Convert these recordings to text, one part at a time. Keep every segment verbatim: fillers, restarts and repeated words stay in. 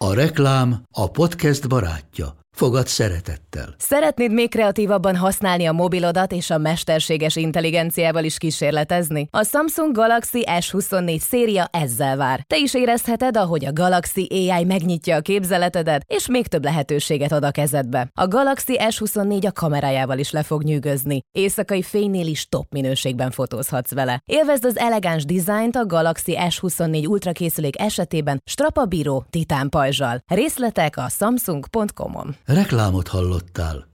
A reklám a podcast barátja. Fogad szeretettel. Szeretnéd még kreatívabban használni a mobilodat és a mesterséges intelligenciával is kísérletezni? A Samsung Galaxy S huszonnégy széria ezzel vár. Te is érezheted, ahogy a Galaxy á i megnyitja a képzeletedet, és még több lehetőséget ad a kezedbe. A Galaxy S huszonnégy a kamerájával is le fog nyűgözni. Éjszakai fénynél is top minőségben fotózhatsz vele. Élvezd az elegáns dizájnt a Galaxy S huszonnégy Ultra készülék esetében strapabíró titán pajzsal. Részletek a samsung pont com-on. Reklámot hallottál.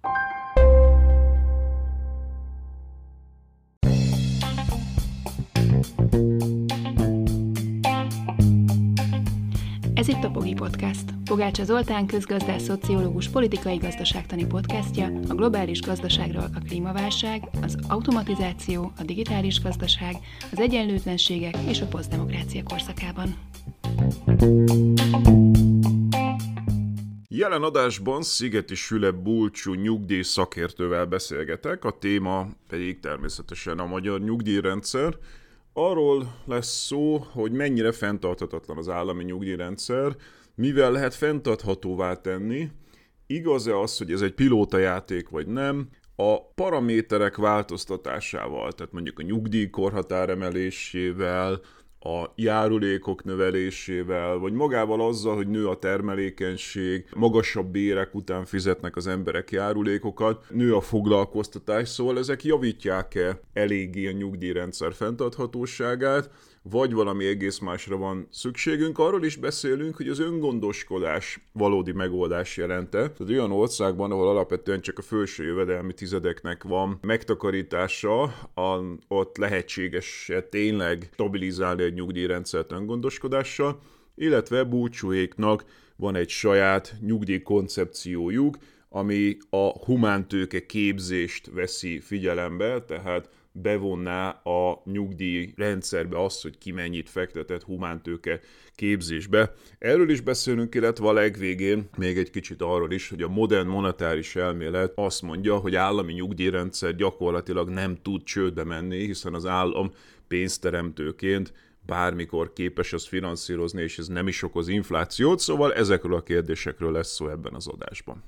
Ez itt a Pogi Podcast. Pogácsa Zoltán közgazdász, szociológus, politikai gazdaságtani podcastja a globális gazdaságról, a klímaválság, az automatizáció, a digitális gazdaság, az egyenlőtlenségek és a posztdemokrácia korszakában. Jelen adásban Szigeti Süle Bulcsú nyugdíj szakértővel beszélgetek, a téma pedig természetesen a magyar nyugdíjrendszer. Arról lesz szó, hogy mennyire fenntarthatatlan az állami nyugdíjrendszer, mivel lehet fenntarthatóvá tenni, igaz-e az, hogy ez egy pilótajáték vagy nem, a paraméterek változtatásával, tehát mondjuk a nyugdíjkorhatár emelésével, a járulékok növelésével, vagy magával azzal, hogy nő a termelékenység, magasabb bérek után fizetnek az emberek járulékokat, nő a foglalkoztatás, szóval ezek javítják-e eléggé a nyugdíjrendszer fenntarthatóságát, vagy valami egész másra van szükségünk. Arról is beszélünk, hogy az öngondoskodás valódi megoldás jelente. Tehát olyan országban, ahol alapvetően csak a felső jövedelmi tizedeknek van megtakarítása, ott lehetséges tényleg stabilizálni egy nyugdíjrendszert öngondoskodással, illetve Bulcsúéknak van egy saját nyugdíjkoncepciójuk, ami a humántőke képzést veszi figyelembe, tehát bevonná a nyugdíjrendszerbe azt, hogy ki mennyit fektetett humántőke képzésbe. Erről is beszélünk, illetve a legvégén még egy kicsit arról is, hogy a modern monetáris elmélet azt mondja, hogy állami nyugdíjrendszer gyakorlatilag nem tud csődbe menni, hiszen az állam pénzteremtőként bármikor képes azt finanszírozni, és ez nem is okoz inflációt, szóval ezekről a kérdésekről lesz szó ebben az adásban.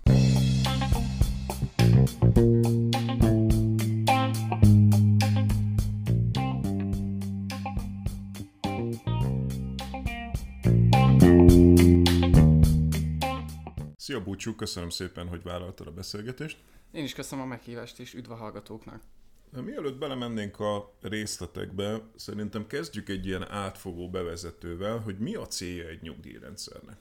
Szia Bulcsú, köszönöm szépen, hogy vállaltad a beszélgetést. Én is köszönöm a meghívást, és üdv a hallgatóknak. Mielőtt belemennénk a részletekbe, szerintem kezdjük egy ilyen átfogó bevezetővel, hogy mi a célja egy nyugdíjrendszernek.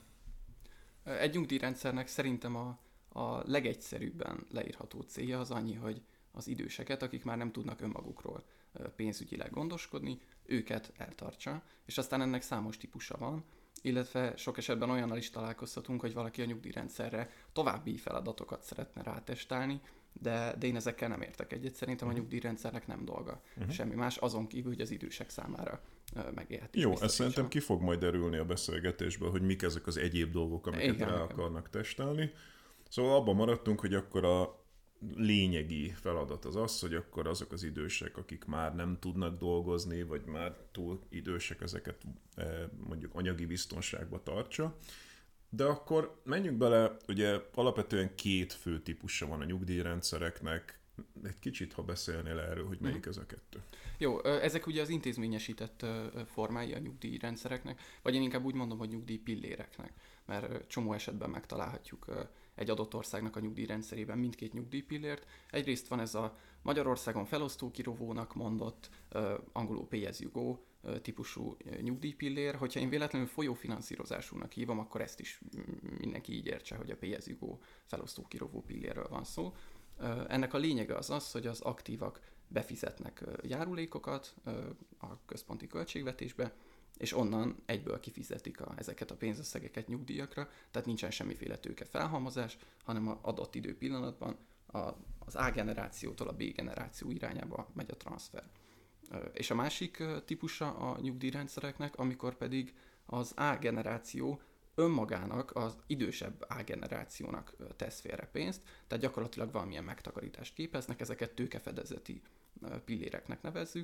Egy nyugdíjrendszernek szerintem a, a legegyszerűbben leírható célja az annyi, hogy az időseket, akik már nem tudnak önmagukról pénzügyileg gondoskodni, őket eltartsa, és aztán ennek számos típusa van, illetve sok esetben olyannal is találkozhatunk, hogy valaki a nyugdíjrendszerre további feladatokat szeretne rátestálni, de, de én ezekkel nem értek egyet. Szerintem a nyugdíjrendszernek nem dolga. Uh-huh. Semmi más, azon kívül, hogy az idősek számára uh, megélhetés. Jó, ez szerintem ki fog majd derülni a beszélgetésből, hogy mik ezek az egyéb dolgok, amiket igen, rá igen. akarnak testálni. Szóval abban maradtunk, hogy akkor a lényegi feladat az az, hogy akkor azok az idősek, akik már nem tudnak dolgozni, vagy már túl idősek, ezeket mondjuk anyagi biztonságba tartsa. De akkor menjünk bele, ugye alapvetően két fő típusa van a nyugdíjrendszereknek. Egy kicsit, ha beszélnél erről, hogy melyik ez a kettő. Jó, ezek ugye az intézményesített formái a nyugdíjrendszereknek, vagy én inkább úgy mondom, hogy nyugdíjpilléreknek, mert csomó esetben megtalálhatjuk egy adott országnak a nyugdíjrendszerében mindkét nyugdíjpillért. Egyrészt van ez a Magyarországon felosztókirovónak mondott, angolul pay as you go típusú nyugdíjpillér. Hogyha én véletlenül folyófinanszírozásúnak hívom, akkor ezt is mindenki így értse, hogy a pay as you go felosztókirovó pillérről van szó. Ennek a lényege az az, hogy az aktívak befizetnek járulékokat a központi költségvetésbe, és onnan egyből kifizetik a, ezeket a pénzösszegeket nyugdíjakra, tehát nincsen semmiféle tőke felhalmozás, hanem az adott időpillanatban a, az A generációtól a B generáció irányába megy a transfer. És a másik típusa a nyugdíjrendszereknek, amikor pedig az A generáció önmagának, az idősebb A generációnak tesz félre pénzt, tehát gyakorlatilag valamilyen megtakarítást képeznek, ezeket tőkefedezeti pilléreknek nevezzük,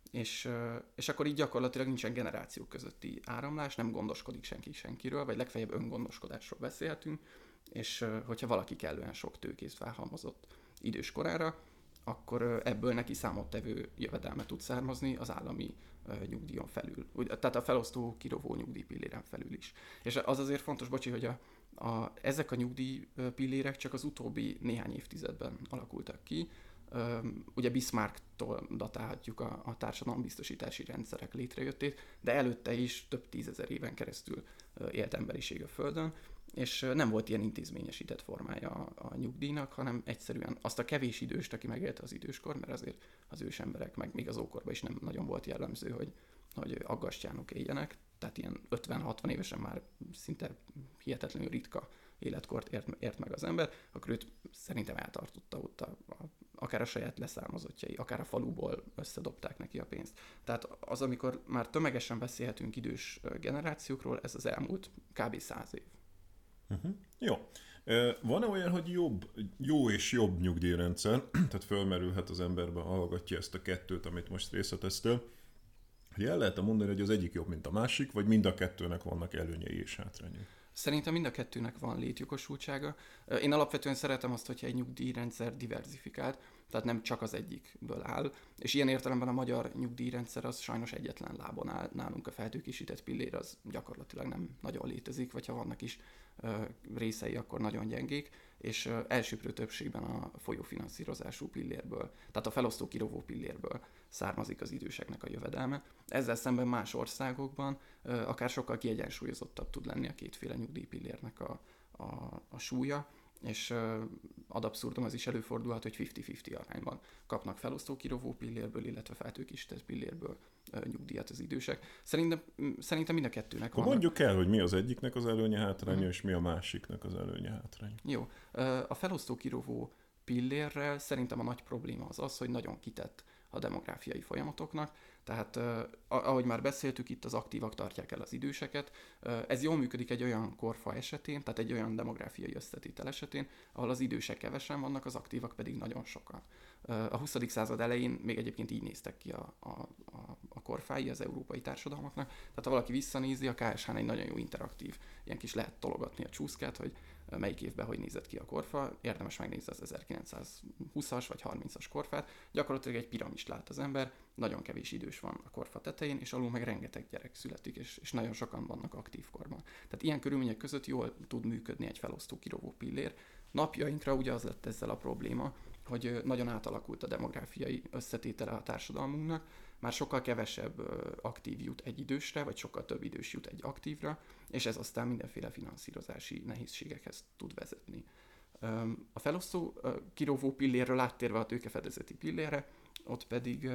és, és akkor így gyakorlatilag nincsen generációk közötti áramlás, nem gondoskodik senki senkiről, vagy legfeljebb öngondoskodásról beszélhetünk, és hogyha valaki kellően sok tőkét felhalmozott idős korára, akkor ebből neki számottevő jövedelme tud származni az állami nyugdíjon felül. Tehát a felosztó kirovó nyugdíjpilléren felül is. És az azért fontos, bocsi, hogy a, a, ezek a nyugdíjpillérek csak az utóbbi néhány évtizedben alakultak ki. Ugye Bismarcktól datálhatjuk a, a társadalombiztosítási rendszerek létrejöttét, de előtte is több tízezer éven keresztül élt emberiség a Földön, és nem volt ilyen intézményesített formája a, a nyugdíjnak, hanem egyszerűen azt a kevés időst, aki megélte az időskor, mert azért az ős emberek, meg még az ókorban is nem nagyon volt jellemző, hogy, hogy aggastyánok éljenek, tehát ilyen ötven-hatvan évesen már szinte hihetetlenül ritka életkort ért, ért meg az ember, akkor őt szerintem eltartotta ott a, a, akár a saját leszármazottjai, akár a faluból összedobták neki a pénzt. Tehát az, amikor már tömegesen beszélhetünk idős generációkról, ez az elmúlt kb. száz év. Uh-huh. Jó. Van-e olyan, hogy jobb, jó és jobb nyugdíjrendszer, tehát fölmerülhet az emberben, hallgatja ezt a kettőt, amit most részleteztél, hogy el lehet mondani, hogy az egyik jobb, mint a másik, vagy mind a kettőnek vannak előnyei és hátrányai? Szerintem mind a kettőnek van létjogosultsága. Én alapvetően szeretem azt, hogyha egy nyugdíjrendszer diverzifikált, tehát nem csak az egyikből áll, és ilyen értelemben a magyar nyugdíjrendszer az sajnos egyetlen lábon áll. Nálunk a feltőkésített pillér az gyakorlatilag nem nagyon létezik, vagy ha vannak is részei, akkor nagyon gyengék, és elsőprő többségben a folyófinanszírozású pillérből, tehát a felosztó kirovó pillérből származik az időseknek a jövedelme. Ezzel szemben más országokban akár sokkal kiegyensúlyozottabb tud lenni a kétféle nyugdíjpillérnek a, a, a súlya, és ad abszurdum az is előfordulhat, hogy fifty-fifty arányban kapnak felosztó kirovó pillérből, illetve feltőkésített pillérből nyugdíjat az idősek. Szerintem, szerintem mind a kettőnek van. Mondjuk el, hogy mi az egyiknek az előnye hátránya, mm. és mi a másiknak az előnye hátránya. Jó. A felosztó kirovó pillérrel szerintem a nagy probléma az az, hogy nagyon kitett a demográfiai folyamatoknak, tehát ahogy már beszéltük, itt az aktívak tartják el az időseket. Ez jól működik egy olyan korfa esetén, tehát egy olyan demográfiai összetétel esetén, ahol az idősek kevesen vannak, az aktívak pedig nagyon sokan. A huszadik század elején még egyébként így néztek ki a, a, a, a korfái az európai társadalmaknak, tehát ha valaki visszanézi, a ká es hán egy nagyon jó interaktív, ilyen kis lehet tologatni a csúszkát, hogy melyik évben hogy nézett ki a korfa, érdemes megnézni az ezerkilencszázhúszas vagy harmincas korfát, gyakorlatilag egy piramist lát az ember, nagyon kevés idős van a korfa tetején, és alul meg rengeteg gyerek születik, és, és nagyon sokan vannak aktív korban. Tehát ilyen körülmények között jól tud működni egy felosztó kirovó pillér. Napjainkra ugye az lett ezzel a probléma, hogy nagyon átalakult a demográfiai összetétele a társadalmunknak, már sokkal kevesebb aktív jut egy idősre, vagy sokkal több idős jut egy aktívra, és ez aztán mindenféle finanszírozási nehézségekhez tud vezetni. A felosztó kirovó pillérről áttérve a tőkefedezeti pillérre, ott pedig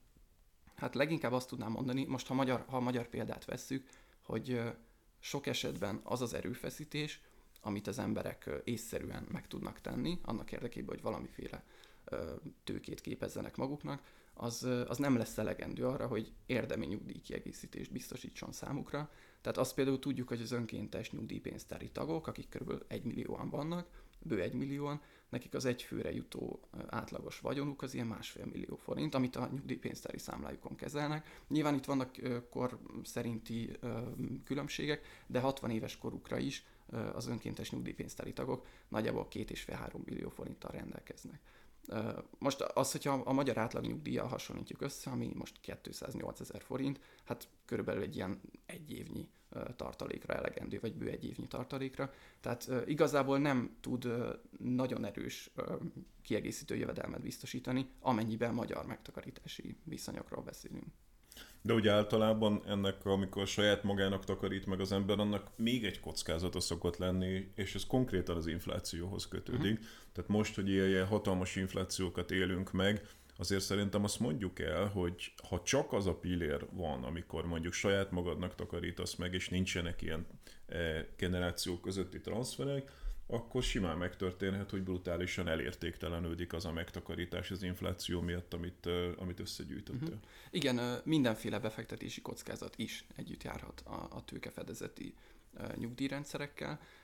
hát leginkább azt tudnám mondani, most ha magyar, ha magyar példát vesszük, hogy sok esetben az az erőfeszítés, amit az emberek észszerűen meg tudnak tenni, annak érdekében, hogy valamiféle tőkét képezzenek maguknak, az, az nem lesz elegendő arra, hogy érdemi nyugdíjkiegészítést biztosítson számukra. Tehát azt például tudjuk, hogy az önkéntes nyugdíjpénztári tagok, akik kb. egy millióan vannak, bő egy millióan, nekik az egy főre jutó átlagos vagyonuk az ilyen másfél millió forint, amit a nyugdíjpénztári számlájukon kezelnek. Nyilván itt vannak kor szerinti különbségek, de hatvan éves korukra is az önkéntes nyugdíjpénztári tagok nagyjából két és fél három millió forinttal rendelkeznek. Most az, hogyha a magyar átlag nyugdíjjal hasonlítjuk össze, ami most kétszáznyolcezer forint, hát körülbelül egy ilyen egy évnyi tartalékra elegendő, vagy bő egy évnyi tartalékra. Tehát igazából nem tud nagyon erős kiegészítő jövedelmet biztosítani, amennyiben magyar megtakarítási viszonyokról beszélünk. De ugye általában ennek, amikor saját magának takarít meg az ember, annak még egy kockázata szokott lenni, és ez konkrétan az inflációhoz kötődik. Uh-huh. Tehát most, hogy ilyen hatalmas inflációkat élünk meg, azért szerintem azt mondjuk el, hogy ha csak az a pillér van, amikor mondjuk saját magadnak takarítasz meg, és nincsenek ilyen e, generációk közötti transzferek, akkor simán megtörténhet, hogy brutálisan elértéktelenődik az a megtakarítás az infláció miatt, amit, amit összegyűjtöttél. Uh-huh. Igen, mindenféle befektetési kockázat is együtt járhat a, a tőkefedezeti nyugdíjrendszerekkel.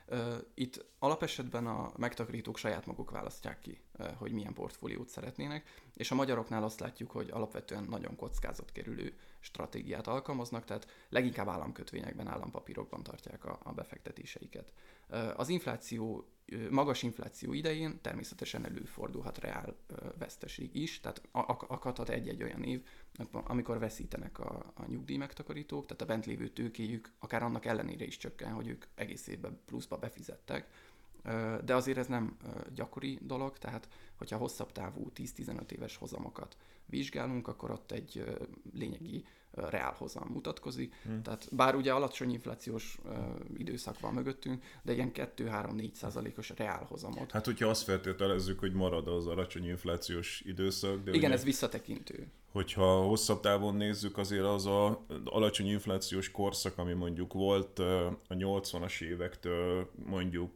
Itt alapesetben a megtakarítók saját maguk választják ki, hogy milyen portfóliót szeretnének, és a magyaroknál azt látjuk, hogy alapvetően nagyon kockázatkerülő stratégiát alkalmaznak, tehát leginkább államkötvényekben, állampapírokban tartják a, a befektetéseiket. Az infláció, magas infláció idején természetesen előfordulhat reál veszteség is, tehát akadhat egy-egy olyan év, amikor veszítenek a, a nyugdíjmegtakarítók, tehát a bent lévő tőkéjük akár annak ellenére is csökken, hogy ők egész évben pluszba befizettek, de azért ez nem gyakori dolog, tehát hogyha hosszabb távú tíz-tizenöt éves hozamokat vizsgálunk, akkor ott egy lényegi reálhozam mutatkozik. Hmm. Tehát bár ugye alacsony inflációs uh, időszak van mögöttünk, de ilyen kettő-három-négy százalékos reálhozamot. Hát hogyha azt feltételezzük, hogy marad az alacsony inflációs időszak. De igen, ugye, ez visszatekintő. Hogyha hosszabb távon nézzük, azért az a alacsony inflációs korszak, ami mondjuk volt a nyolcvanas évektől mondjuk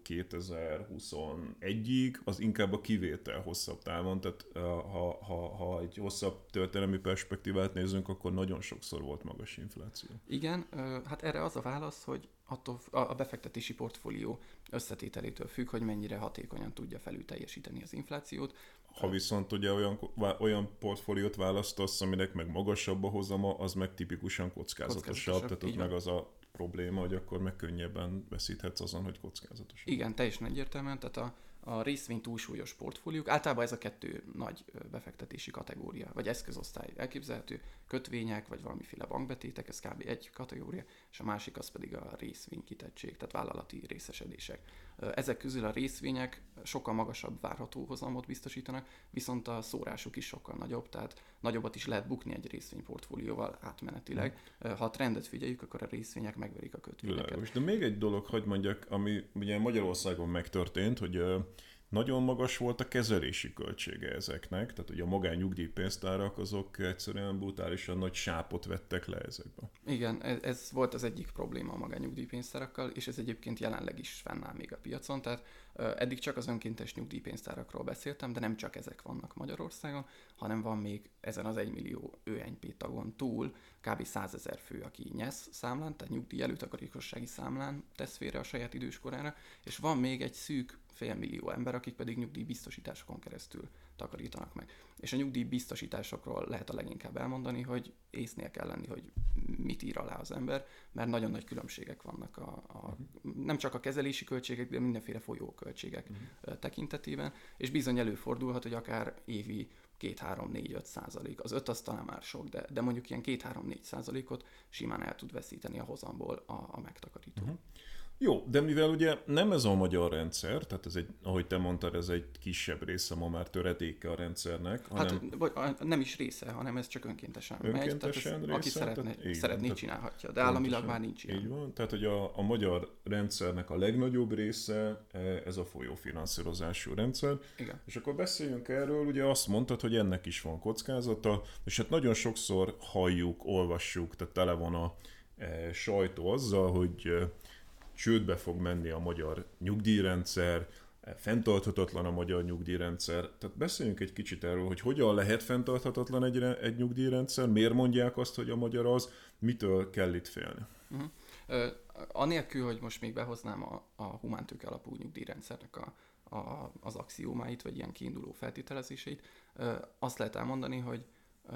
kétezer-huszonegyig, az inkább a kivétel hosszabb távon, tehát ha, ha, ha egy hosszabb történelmi perspektívát nézzünk, akkor nagyon sokszor volt magas infláció. Igen, hát erre az a válasz, hogy attól a befektetési portfólió összetételétől függ, hogy mennyire hatékonyan tudja felül teljesíteni az inflációt. Ha viszont ugye olyan, olyan portfóliót választasz, aminek meg magasabb a hozama, az meg tipikusan kockázatosabb, kockázatosabb tehát ott meg az a probléma, hogy akkor meg könnyebben veszíthetsz azon, hogy kockázatosabb. Igen, teljesen egyértelműen, tehát a, a részvény túlsúlyos portfóliók, általában ez a kettő nagy befektetési kategória, vagy eszközosztály elképzelhető, kötvények, vagy valamiféle bankbetétek, ez kb. Egy kategória, és a másik az pedig a részvénykitettség, tehát vállalati részesedések. Ezek közül a részvények sokkal magasabb várható hozamot biztosítanak, viszont a szórásuk is sokkal nagyobb, tehát nagyobbat is lehet bukni egy részvényportfólióval átmenetileg. Ha a trendet figyeljük, akkor a részvények megverik a kötvényeket. Világos. De még egy dolog, hadd mondjak, ami ugye Magyarországon megtörtént, hogy nagyon magas volt a kezelési költsége ezeknek, tehát ugye a magánnyugdíjpénztárak azok egyszerűen brutálisan nagy sápot vettek le ezekbe. Igen, ez, ez volt az egyik probléma a magánnyugdíjpénztárakkal, és ez egyébként jelenleg is fennáll még a piacon, tehát eddig csak az önkéntes nyugdíjpénztárakról beszéltem, de nem csak ezek vannak Magyarországon, hanem van még ezen az egymillió ö en pé tagon túl kb. százezer fő, aki nyesz számlán, tehát nyugdíj előtakarékossági számlán tesz félre a saját időskorára, és van még egy szűk félmillió ember, akik pedig nyugdíjbiztosításokon keresztül takarítanak meg. És a nyugdíjbiztosításokról lehet a leginkább elmondani, hogy észnél kell lenni, hogy mit ír alá az ember, mert nagyon nagy különbségek vannak a, a, nem csak a kezelési költségek, de mindenféle folyóköltségek uh-huh. tekintetében, és bizony előfordulhat, hogy akár évi két-három-négy-öt százalék. Az öt az talán már sok, de, de mondjuk ilyen két-három-négy százalékot simán el tud veszíteni a hozamból a, a megtakarító. Uh-huh. Jó, de mivel ugye nem ez a magyar rendszer, tehát ez egy, ahogy te mondtad, ez egy kisebb része ma már töredéke a rendszernek. Hanem... Hát nem is része, hanem ez csak önkéntesen, önkéntesen megy. Része, aki szeretne, tehát, szeretné, tehát, csinálhatja, de államilag már nincs ilyen. Így van, tehát hogy a, a magyar rendszernek a legnagyobb része ez a folyófinanszírozású rendszer. Igen. És akkor beszéljünk erről, ugye azt mondtad, hogy ennek is van kockázata, és hát nagyon sokszor halljuk, olvassuk, tehát tele van a e, sajtó azzal, hogy e, csődbe fog menni a magyar nyugdíjrendszer, fenntarthatatlan a magyar nyugdíjrendszer. Tehát beszéljünk egy kicsit erről, hogy hogyan lehet fenntarthatatlan egy, egy nyugdíjrendszer, miért mondják azt, hogy a magyar az, mitől kell itt félni? Uh-huh. Uh, anélkül, hogy most még behoznám a, a humántőke alapú nyugdíjrendszernek a, a, az axiómáit, vagy ilyen kiinduló feltételezéseit, uh, azt lehet elmondani, hogy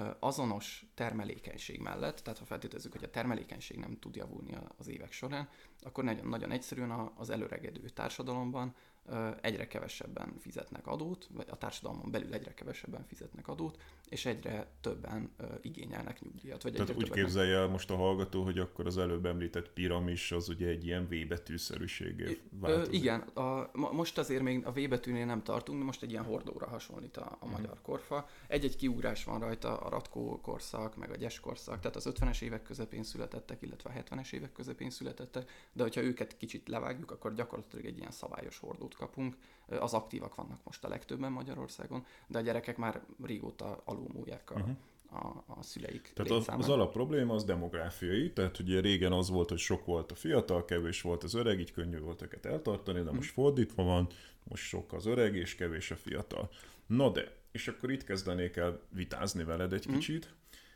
azonos termelékenység mellett, tehát ha feltételezzük, hogy a termelékenység nem tud javulni az évek során, akkor nagyon, nagyon egyszerűen az előregedő társadalomban egyre kevesebben fizetnek adót, vagy a társadalmon belül egyre kevesebben fizetnek adót, és egyre többen igényelnek nyugdíjat. Vagy tehát úgy képzelje el most a hallgató, hogy akkor az előbb említett piramis az ugye egy ilyen V-betűszerűségé változik. Igen, a, most azért még a V-betűnél nem tartunk, de most egy ilyen hordóra hasonlít a, a magyar hmm. korfa. Egy-egy kiugrás van rajta, a Ratkó korszak, meg a Gyes korszak, tehát az ötvenes évek közepén születettek, illetve a hetvenes évek közepén születettek, de hogyha őket kicsit levágjuk, akkor gyakorlatilag egy ilyen szabályos hordót kapunk. Az aktívak vannak most a legtöbben Magyarországon, de a gyerekek már régóta alulmúlják a, uh-huh. a, a szüleik Tehát az, az alap probléma az demográfiai, tehát ugye régen az volt, hogy sok volt a fiatal, kevés volt az öreg, így könnyű volt őket eltartani, de uh-huh. most fordítva van, most sok az öreg és kevés a fiatal. Na de, és akkor itt kezdenék el vitázni veled egy uh-huh. kicsit.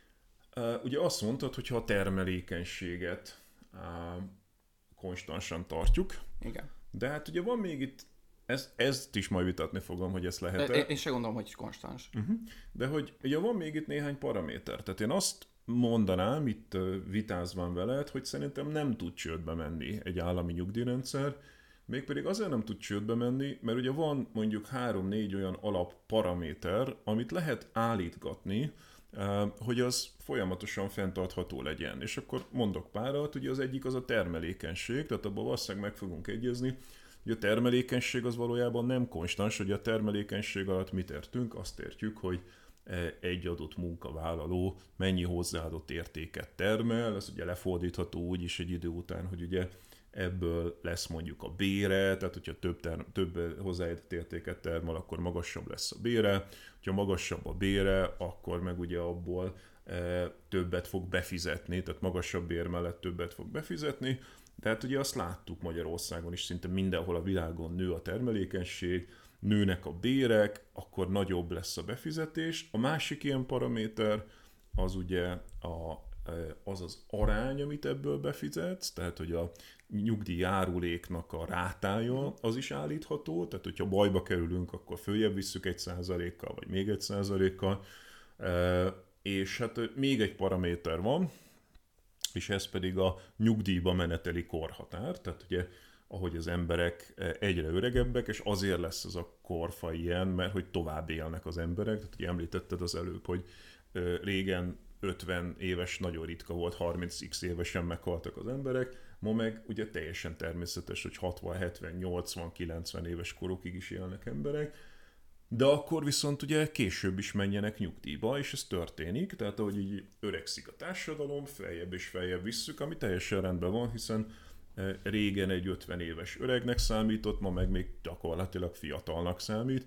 Uh, ugye azt mondtad, hogyha a termelékenységet uh, konstansan tartjuk, igen. De hát ugye van még itt, ezt, ezt is majd vitatni fogom, hogy ezt lehet-e. Én, én se gondolom, hogy konstans. Uh-huh. De hogy ugye van még itt néhány paraméter. Tehát én azt mondanám itt vitázván veled, hogy szerintem nem tud csődbe menni egy állami nyugdíjrendszer, mégpedig azért nem tud csődbe menni, mert ugye van mondjuk három-négy olyan alapparaméter, amit lehet állítgatni, hogy az folyamatosan fenntartható legyen. És akkor mondok párat, ugye az egyik az a termelékenység, tehát abban valószínűleg meg fogunk egyezni, hogy a termelékenység az valójában nem konstans, hogy a termelékenység alatt mit értünk, azt értjük, hogy egy adott munkavállaló mennyi hozzáadott értéket termel, ez ugye lefordítható úgy is egy idő után, hogy ugye ebből lesz mondjuk a bére, tehát hogyha több, term- több hozzáadott értéket termel, akkor magasabb lesz a bére, hogyha magasabb a bére, akkor meg ugye abból e, többet fog befizetni, tehát magasabb bér mellett többet fog befizetni, tehát ugye azt láttuk Magyarországon is, szinte mindenhol a világon nő a termelékenység, nőnek a bérek, akkor nagyobb lesz a befizetés. A másik ilyen paraméter az ugye a, az az arány, amit ebből befizetsz, tehát hogy a nyugdíjjáruléknak a rátája az is állítható, tehát hogyha bajba kerülünk, akkor följebb visszük egy százalékkal, vagy még egy százalékkal. És hát még egy paraméter van, és ez pedig a nyugdíjba meneteli korhatár, tehát ugye ahogy az emberek egyre öregebbek, és azért lesz ez a korfa ilyen, mert hogy tovább élnek az emberek. Tehát ugye említetted az előbb, hogy régen ötven éves nagyon ritka volt, harminc x évesen meghaltak az emberek, ma meg ugye teljesen természetes, hogy hatvan, hetven, nyolcvan, kilencven éves korokig is élnek emberek, de akkor viszont ugye később is menjenek nyugdíjba, és ez történik, tehát ahogy így öregszik a társadalom, feljebb és feljebb visszük, ami teljesen rendben van, hiszen régen egy ötven éves öregnek számított, ma meg még gyakorlatilag fiatalnak számít,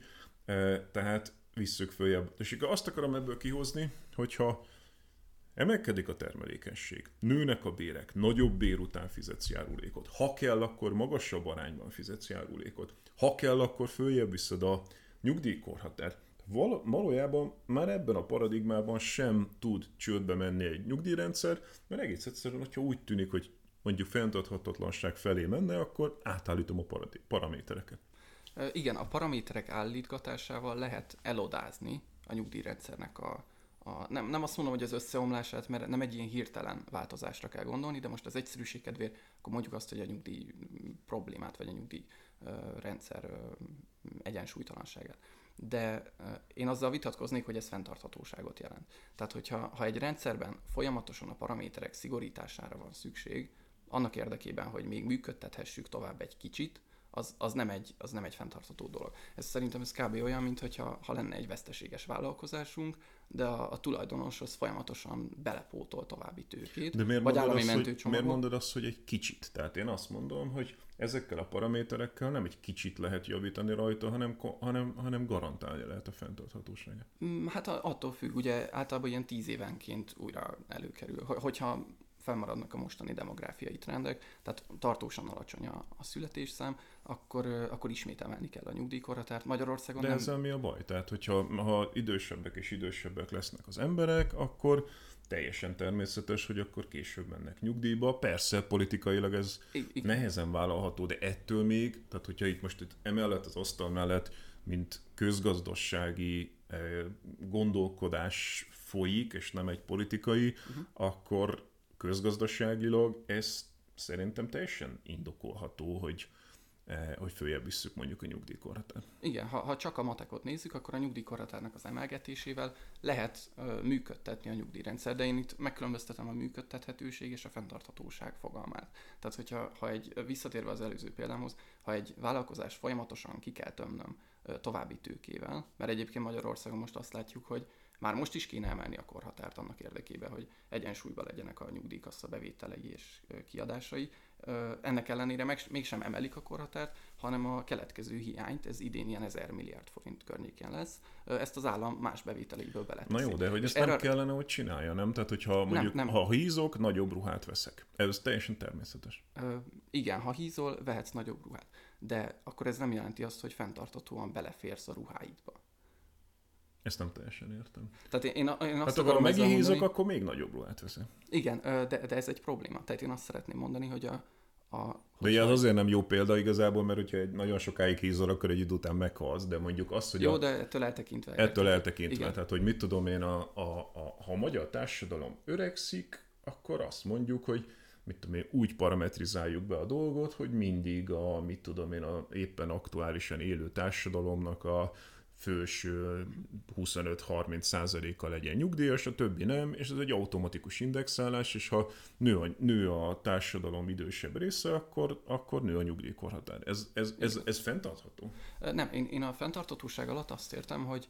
tehát visszük följebb. És azt akarom ebből kihozni, hogyha emelkedik a termelékenység, nőnek a bérek, nagyobb bér után fizetsz járulékot, ha kell, akkor magasabb arányban fizetsz járulékot, ha kell, akkor följebb viszed a nyugdíjkorhatárt. Val- valójában már ebben a paradigmában sem tud csődbe menni egy nyugdíjrendszer, mert egész egyszerűen, hogyha úgy tűnik, hogy mondjuk fenntarthatatlanság felé menne, akkor átállítom a paradi- paramétereket. Igen, a paraméterek állítgatásával lehet elodázni a nyugdíjrendszernek a, a nem, nem azt mondom, hogy az összeomlását, mert nem egy ilyen hirtelen változásra kell gondolni, de most az egyszerűség kedvéért akkor mondjuk azt, hogy a nyugdíj problémát, vagy a nyugdíj uh, rendszer uh, egyensúlytalanságát. De uh, én azzal vitatkoznék, hogy ez fenntarthatóságot jelent. Tehát, hogyha ha egy rendszerben folyamatosan a paraméterek szigorítására van szükség, annak érdekében, hogy még működtethessük tovább egy kicsit, az, az, nem egy, az nem egy fenntartható dolog. Ez szerintem ez kb. Olyan, mintha ha lenne egy veszteséges vállalkozásunk, de a, a tulajdonos az folyamatosan belepótol további tőkét, de miért vagy állami azt, mentőcsomagot. Miért mondod azt, hogy egy kicsit? Tehát én azt mondom, hogy ezekkel a paraméterekkel nem egy kicsit lehet javítani rajta, hanem, hanem, hanem garantálja lehet a fenntarthatóságát. Hát attól függ, ugye általában ilyen tíz évenként újra előkerül. Hogyha fennmaradnak a mostani demográfiai trendek, tehát tartósan alacsony a, a születésszám, akkor, akkor ismét emelni kell a nyugdíjkorhatárt. Magyarországon De nem... ezzel mi a baj? Tehát, hogyha ha idősebbek és idősebbek lesznek az emberek, akkor teljesen természetes, hogy akkor később mennek nyugdíjba. Persze politikailag ez I- nehezen vállalható, de ettől még, tehát hogyha itt most itt emellett az asztal mellett, mint közgazdasági eh, gondolkodás folyik, és nem egy politikai, uh-huh. akkor közgazdaságilag ez szerintem teljesen indokolható, hogy, eh, hogy följebb visszük mondjuk a nyugdíjkorhatárt. Igen, ha, ha csak a matekot nézzük, akkor a nyugdíjkorhatárnak az emelgetésével lehet uh, működtetni a nyugdíjrendszer, de én itt megkülönböztetem a működtethetőség és a fenntarthatóság fogalmát. Tehát, hogyha ha egy, visszatérve az előző példámhoz, ha egy vállalkozás folyamatosan ki kell tömnöm uh, további tőkével, mert egyébként Magyarországon most azt látjuk, hogy már most is kéne emelni a korhatárt annak érdekében, hogy egyensúlyban legyenek a nyugdíjkassa bevételei és kiadásai. Ennek ellenére meg, mégsem emelik a korhatárt, hanem a keletkező hiányt, ez idén ilyen ezer milliárd forint környékén lesz, ezt az állam más bevételeiből beleteszi. Na jó, de hogy ezt erre... nem kellene, hogy csinálja, nem? Tehát, hogyha mondjuk, nem, nem. ha hízok, nagyobb ruhát veszek. Ez teljesen természetes. Ö, igen, ha hízol, vehetsz nagyobb ruhát. De akkor ez nem jelenti azt, hogy fenntarthatóan beleférsz a ruháidba. Ezt nem teljesen értem. Tehát én, én, én azt hát akkor megihízok, akkor még nagyobb ruhát veszek. Igen, de, de ez egy probléma. Tehát én azt szeretném mondani, hogy a, a De ugye az azért nem jó példa igazából, mert hogyha egy nagyon sokáig hízol, akkor egy idő után meghalsz, de mondjuk az, hogy jó, a, de ettől eltekintve. ettől eltekintve, igen. tehát hogy mit tudom én, a, a, a, ha a magyar társadalom öregszik, akkor azt mondjuk, hogy mit tudom én, úgy parametrizáljuk be a dolgot, hogy mindig a, mit tudom én, a éppen aktuálisan élő társadalomnak a főső huszonöt-harminc százaléka legyen nyugdíjas, a többi nem, és ez egy automatikus indexálás, és ha nő a, nő a társadalom idősebb része, akkor, akkor nő a nyugdíjkorhatár. Ez, ez, ez, ez fenntartható? Nem, én, én a fenntarthatóság alatt azt értem, hogy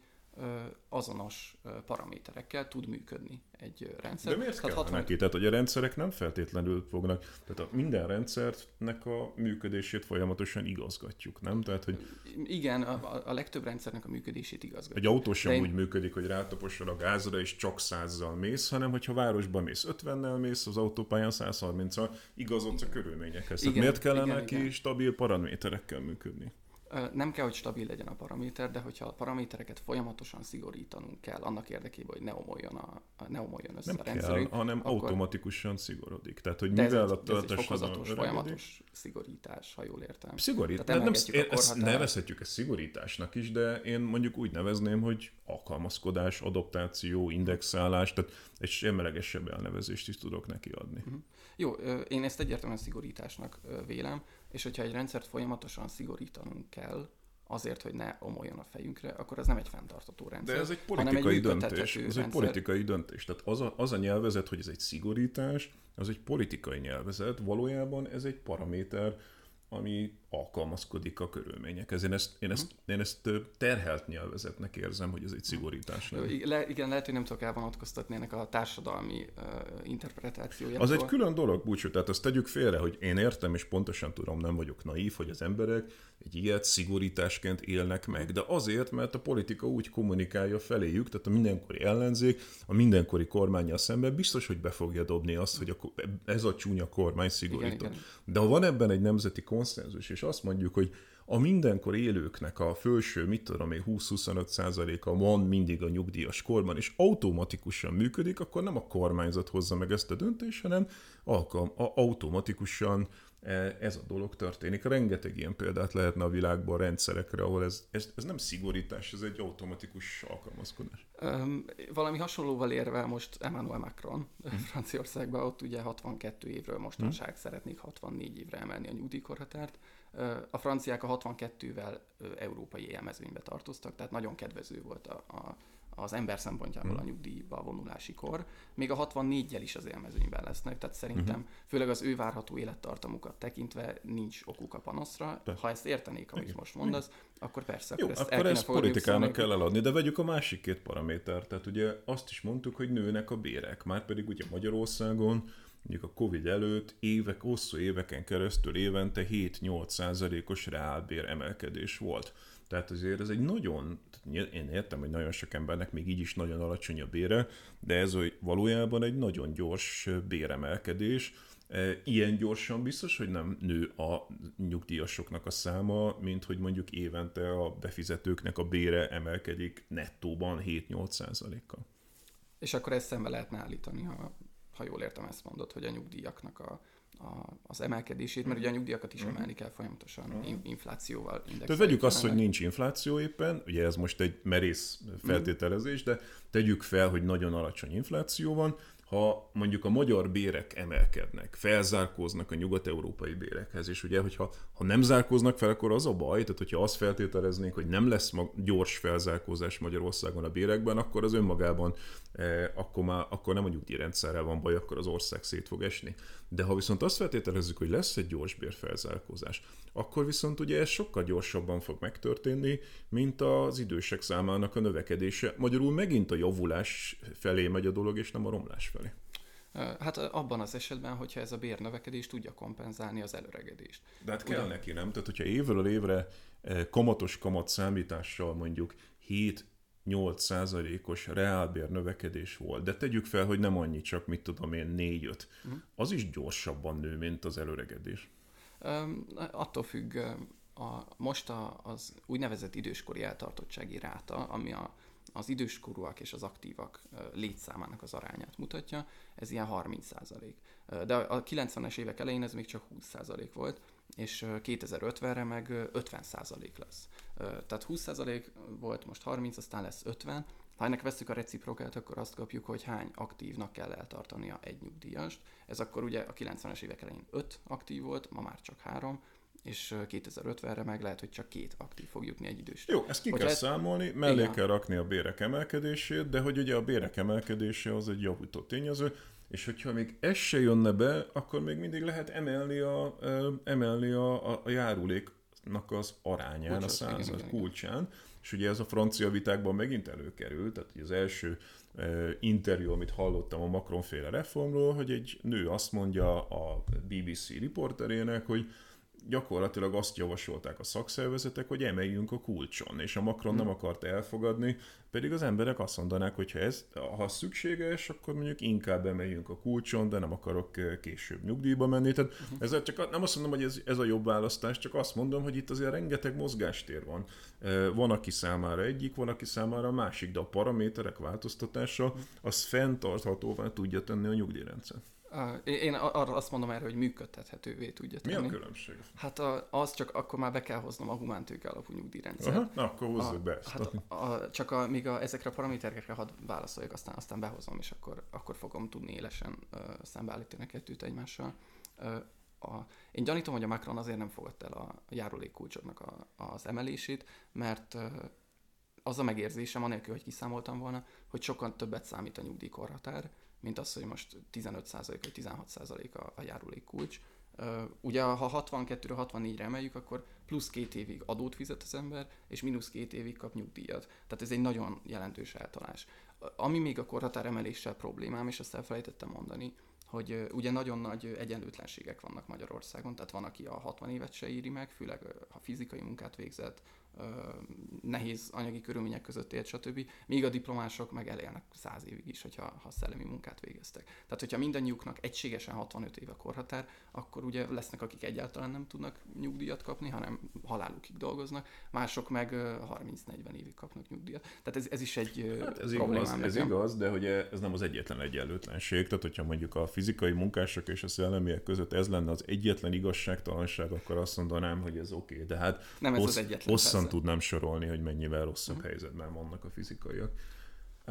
azonos paraméterekkel tud működni egy rendszer. De miért tehát kell hatvan... neki? Tehát, hogy a rendszerek nem feltétlenül fognak, tehát a minden rendszernek a működését folyamatosan igazgatjuk, nem? Tehát, hogy igen, a, a legtöbb rendszernek a működését igazgatjuk. egy autó sem én... úgy működik, hogy rátaposod a gázra és csak százzal mész, hanem hogyha városban mész ötvennel mész, az autópályán száz harminccal igazodsz a körülményekhez. Tehát miért kellene igen, neki igen. stabil paraméterekkel működni? Nem kell, hogy stabil legyen a paraméter, de hogyha a paramétereket folyamatosan szigorítanunk kell annak érdekében, hogy ne omoljon, a, ne omoljon össze Nem a rendszerünk, kell, hanem akkor... automatikusan szigorodik. Tehát, hogy de mivel ez, a ez egy töltés fokozatos, folyamatos szigorítás, ha jól értem. Szigorít, Tehát nem, emelgetjük én, a ezt korhatárt. nevezhetjük ezt szigorításnak is, de én mondjuk úgy nevezném, hogy alkalmazkodás, adaptáció, indexálás, tehát egy semlegesebb elnevezést is tudok neki adni. Uh-huh. Jó, én ezt egyértelműen szigorításnak vélem, és hogyha egy rendszert folyamatosan szigorítanunk kell, azért, hogy ne omoljon a fejünkre, akkor ez nem egy fenntartható rendszer. De ez egy politikai egy döntés. Ez egy politikai döntés. Tehát az a, az a nyelvezet, hogy ez egy szigorítás, az egy politikai nyelvezet, valójában ez egy paraméter, ami alkalmazkodik a körülményekhez. Én ezt, én ezt, én ezt terhelt nyelvezetnek érzem, hogy ez egy szigorítás. Le, igen, lehet, hogy nem tudok elvonatkoztatni ennek a társadalmi uh, interpretációjától. Az egy külön dolog, búcsú, tehát azt tegyük félre, hogy én értem, és pontosan tudom, nem vagyok naív, hogy az emberek egy ilyet szigorításként élnek meg, de azért, mert a politika úgy kommunikálja feléjük, tehát a mindenkori ellenzék, a mindenkori kormánnyal szemben biztos, hogy be fogja dobni azt, hogy a, ez a csúnya kormány szigorított. Igen, igen. De ha van ebben egy nemzeti konszenzus, és azt mondjuk, hogy a mindenkor élőknek a felső, mit tudom én, húsz-huszonöt százaléka van mindig a nyugdíjas korban, és automatikusan működik, akkor nem a kormányzat hozza meg ezt a döntést, hanem alkalm, a, automatikusan ez a dolog történik. Rengeteg ilyen példát lehetne a világban rendszerekre, ahol ez, ez, ez nem szigorítás, ez egy automatikus alkalmazkodás. Um, valami hasonlóval érve most Emmanuel Macron Franciaországban, ott ugye hatvankettő évről mostanság hmm. szeretnék hatvannégy évre emelni a nyugdíjkorhatárt. A franciák a hatvankettővel európai élmezőnybe tartoztak, tehát nagyon kedvező volt a, a, az ember szempontjából hmm. a nyugdíjba vonulási kor. Még a hatvannégyel is az élmezőnyben lesznek, tehát szerintem hmm. főleg az ő várható élettartamukat tekintve nincs okuk a panaszra. De. Ha ezt értenék, amit most mondasz, akkor persze. Jó, akkor ezt, akkor ezt politikának kell eladni, de vegyük a másik két paramétert. Tehát ugye azt is mondtuk, hogy nőnek a bérek, már pedig ugye Magyarországon mondjuk a Covid előtt évek, hosszú éveken keresztül évente hét-nyolc százalékos reálbér emelkedés volt. Tehát azért ez egy nagyon, én értem, hogy nagyon sok embernek még így is nagyon alacsony a bére, de ez valójában egy nagyon gyors béremelkedés. Ilyen gyorsan biztos, hogy nem nő a nyugdíjasoknak a száma, mint hogy mondjuk évente a befizetőknek a bére emelkedik nettóban hét-nyolc százalékkal. És akkor ezt szembe lehetne állítani, ha, ha jól értem, ezt mondod, hogy a nyugdíjaknak a, a, az emelkedését, mert ugye a nyugdíjakat is emelni kell folyamatosan uh-huh. inflációval. Indexelni. Tehát vegyük azt, hogy nincs infláció éppen, ugye ez most egy merész feltételezés, de tegyük fel, hogy nagyon alacsony infláció van, ha mondjuk a magyar bérek emelkednek, felzárkóznak a nyugat-európai bérekhez, és ugye, hogyha ha nem zárkóznak fel, akkor az a baj, tehát hogyha azt feltételeznénk, hogy nem lesz gyors felzárkózás Magyarországon a bérekben, akkor az önmagában, eh, akkor, már, akkor nem a nyugdíjrendszerrel van baj, akkor az ország szét fog esni. De ha viszont azt feltételezzük, hogy lesz egy gyors bérfelzárkózás, akkor viszont ugye ez sokkal gyorsabban fog megtörténni, mint az idősek számának a növekedése. Magyarul megint a javulás felé megy a dolog, és nem a romlás felé. Hát abban az esetben, hogyha ez a bérnövekedés tudja kompenzálni az előregedést. De hát kell Ugyan... neki, nem? Tehát, hogyha évről évre kamatos kamat számítással mondjuk hét-nyolc százalékos reálbér növekedés volt, de tegyük fel, hogy nem annyi, csak mit tudom én, négy-öt. Uh-huh. Az is gyorsabban nő, mint az előregedés. Um, attól függ, a, most a, az úgynevezett időskori eltartottsági ráta, ami a, az időskorúak és az aktívak létszámának az arányát mutatja, ez ilyen harminc százalék. De a kilencvenes évek elején ez még csak húsz százalék volt, és kétezer-ötvenre meg ötven százalék lesz. Tehát húsz százalék volt, most harminc, aztán lesz ötven. Ha ennek vesszük a reciprokát, akkor azt kapjuk, hogy hány aktívnak kell eltartania egy nyugdíjast. Ez akkor ugye a kilencvenes évek elején öt aktív volt, ma már csak három, és kétezer-ötvenre meg lehet, hogy csak két aktív fog jutni egy idős. Jó, ezt ki hogy kell ez... számolni, mellé igen. kell rakni a bérek emelkedését, de hogy ugye a bérek emelkedése az egy javító tényező, és hogyha még ez se jönne be, akkor még mindig lehet emelni a, emelni a, a járuléknak az arányán, Kulcsot, a század kulcsán, igen. És ugye ez a francia vitákban megint előkerült, tehát az első uh, interjú, amit hallottam a Macron-féle reformról, hogy egy nő azt mondja a bé bé cé riporterének, hogy gyakorlatilag azt javasolták a szakszervezetek, hogy emeljünk a kulcson, és a Macron hmm. nem akarta elfogadni, pedig az emberek azt mondanák, hogy ha ez ha szükséges, akkor mondjuk inkább emeljünk a kulcson, de nem akarok később nyugdíjba menni. Tehát hmm. ezzel csak nem azt mondom, hogy ez, ez a jobb választás, csak azt mondom, hogy itt azért rengeteg mozgástér van. Van, aki számára egyik, van, aki számára a másik, de a paraméterek változtatása az fenntarthatóvá tudja tenni a nyugdíjrendszer. Én arra azt mondom erre, hogy működtethetővé tudja tenni. Mi a különbség? Hát az csak akkor már be kell hoznom a humántőke alapú nyugdíjrendszer. Aha, na, akkor hozzuk be ezt. Hát a, a, csak a, míg a, ezekre a paraméterekre hadd válaszoljak, aztán, aztán behozom, és akkor, akkor fogom tudni élesen uh, szembeállítani a kettőt egymással. Uh, a, én gyanítom, hogy a Macron azért nem fogadta el a járulékkulcsoknak a, az emelését, mert uh, az a megérzésem, anélkül, hogy kiszámoltam volna, hogy sokkal többet számít a nyugdíjkorhatár, mint az, hogy most tizenöt százalék vagy tizenhat százalék a, a járulékkulcs. Uh, ugye ha hatvankettőről hatvannégyre emeljük, akkor plusz két évig adót fizet az ember, és mínusz két évig kap nyugdíjat. Tehát ez egy nagyon jelentős eltolás. Ami még a korhatár emeléssel problémám, és azt elfelejtettem mondani, hogy uh, ugye nagyon nagy egyenlőtlenségek vannak Magyarországon, tehát van, aki a hatvan évet se éri meg, főleg uh, ha fizikai munkát végzett, uh, nehéz anyagi körülmények között élt, stb. Míg a diplomások meg elélnek száz évig is, hogyha ha szellemi munkát végeztek. Tehát, hogyha mindannyiuknak egységesen hatvanöt év a korhatár, akkor ugye lesznek, akik egyáltalán nem tudnak nyugdíjat kapni, hanem halálukig dolgoznak, mások meg harminc-negyven évig kapnak nyugdíjat. Tehát ez, ez is egy hát ez problémám. Igaz, ez igaz, de hogy ez nem az egyetlen egyenlőtlenség. Tehát, hogyha mondjuk a fizikai munkások és a szellemiek között ez lenne az egyetlen igazságtalanság, akkor azt mondanám, hogy ez oké. Okay. De hát nem ez az egyetlen. Hosszan tudnám sorolni, hogy mennyivel rosszabb uh-huh. helyzetben vannak a fizikaiak. Uh,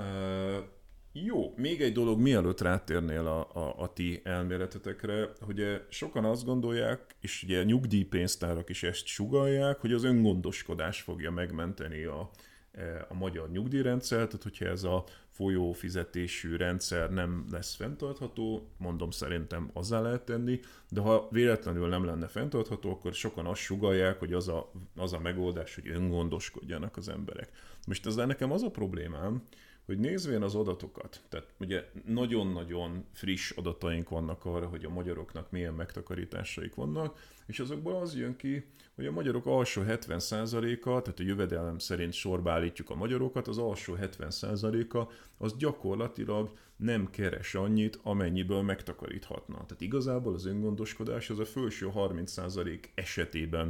jó, még egy dolog, mielőtt rátérnél a, a, a ti elméletetekre, hogy sokan azt gondolják, és ugye nyugdíjpénztárak is ezt sugallják, hogy az öngondoskodás fogja megmenteni a, a magyar nyugdíjrendszert, tehát hogyha ez a folyófizetésű rendszer nem lesz fenntartható, mondom, szerintem azzá lehet tenni, de ha véletlenül nem lenne fenntartható, akkor sokan azt sugallják, hogy az a, az a megoldás, hogy öngondoskodjanak az emberek. Most ezzel nekem az a problémám, hogy nézvén az adatokat, tehát ugye nagyon-nagyon friss adataink vannak arra, hogy a magyaroknak milyen megtakarításaik vannak, és azokból az jön ki, hogy a magyarok alsó hetven százaléka, tehát a jövedelem szerint sorba állítjuk a magyarokat, az alsó hetven százaléka az gyakorlatilag nem keres annyit, amennyiből megtakaríthatna. Tehát igazából az öngondoskodás az a felső harminc százalék esetében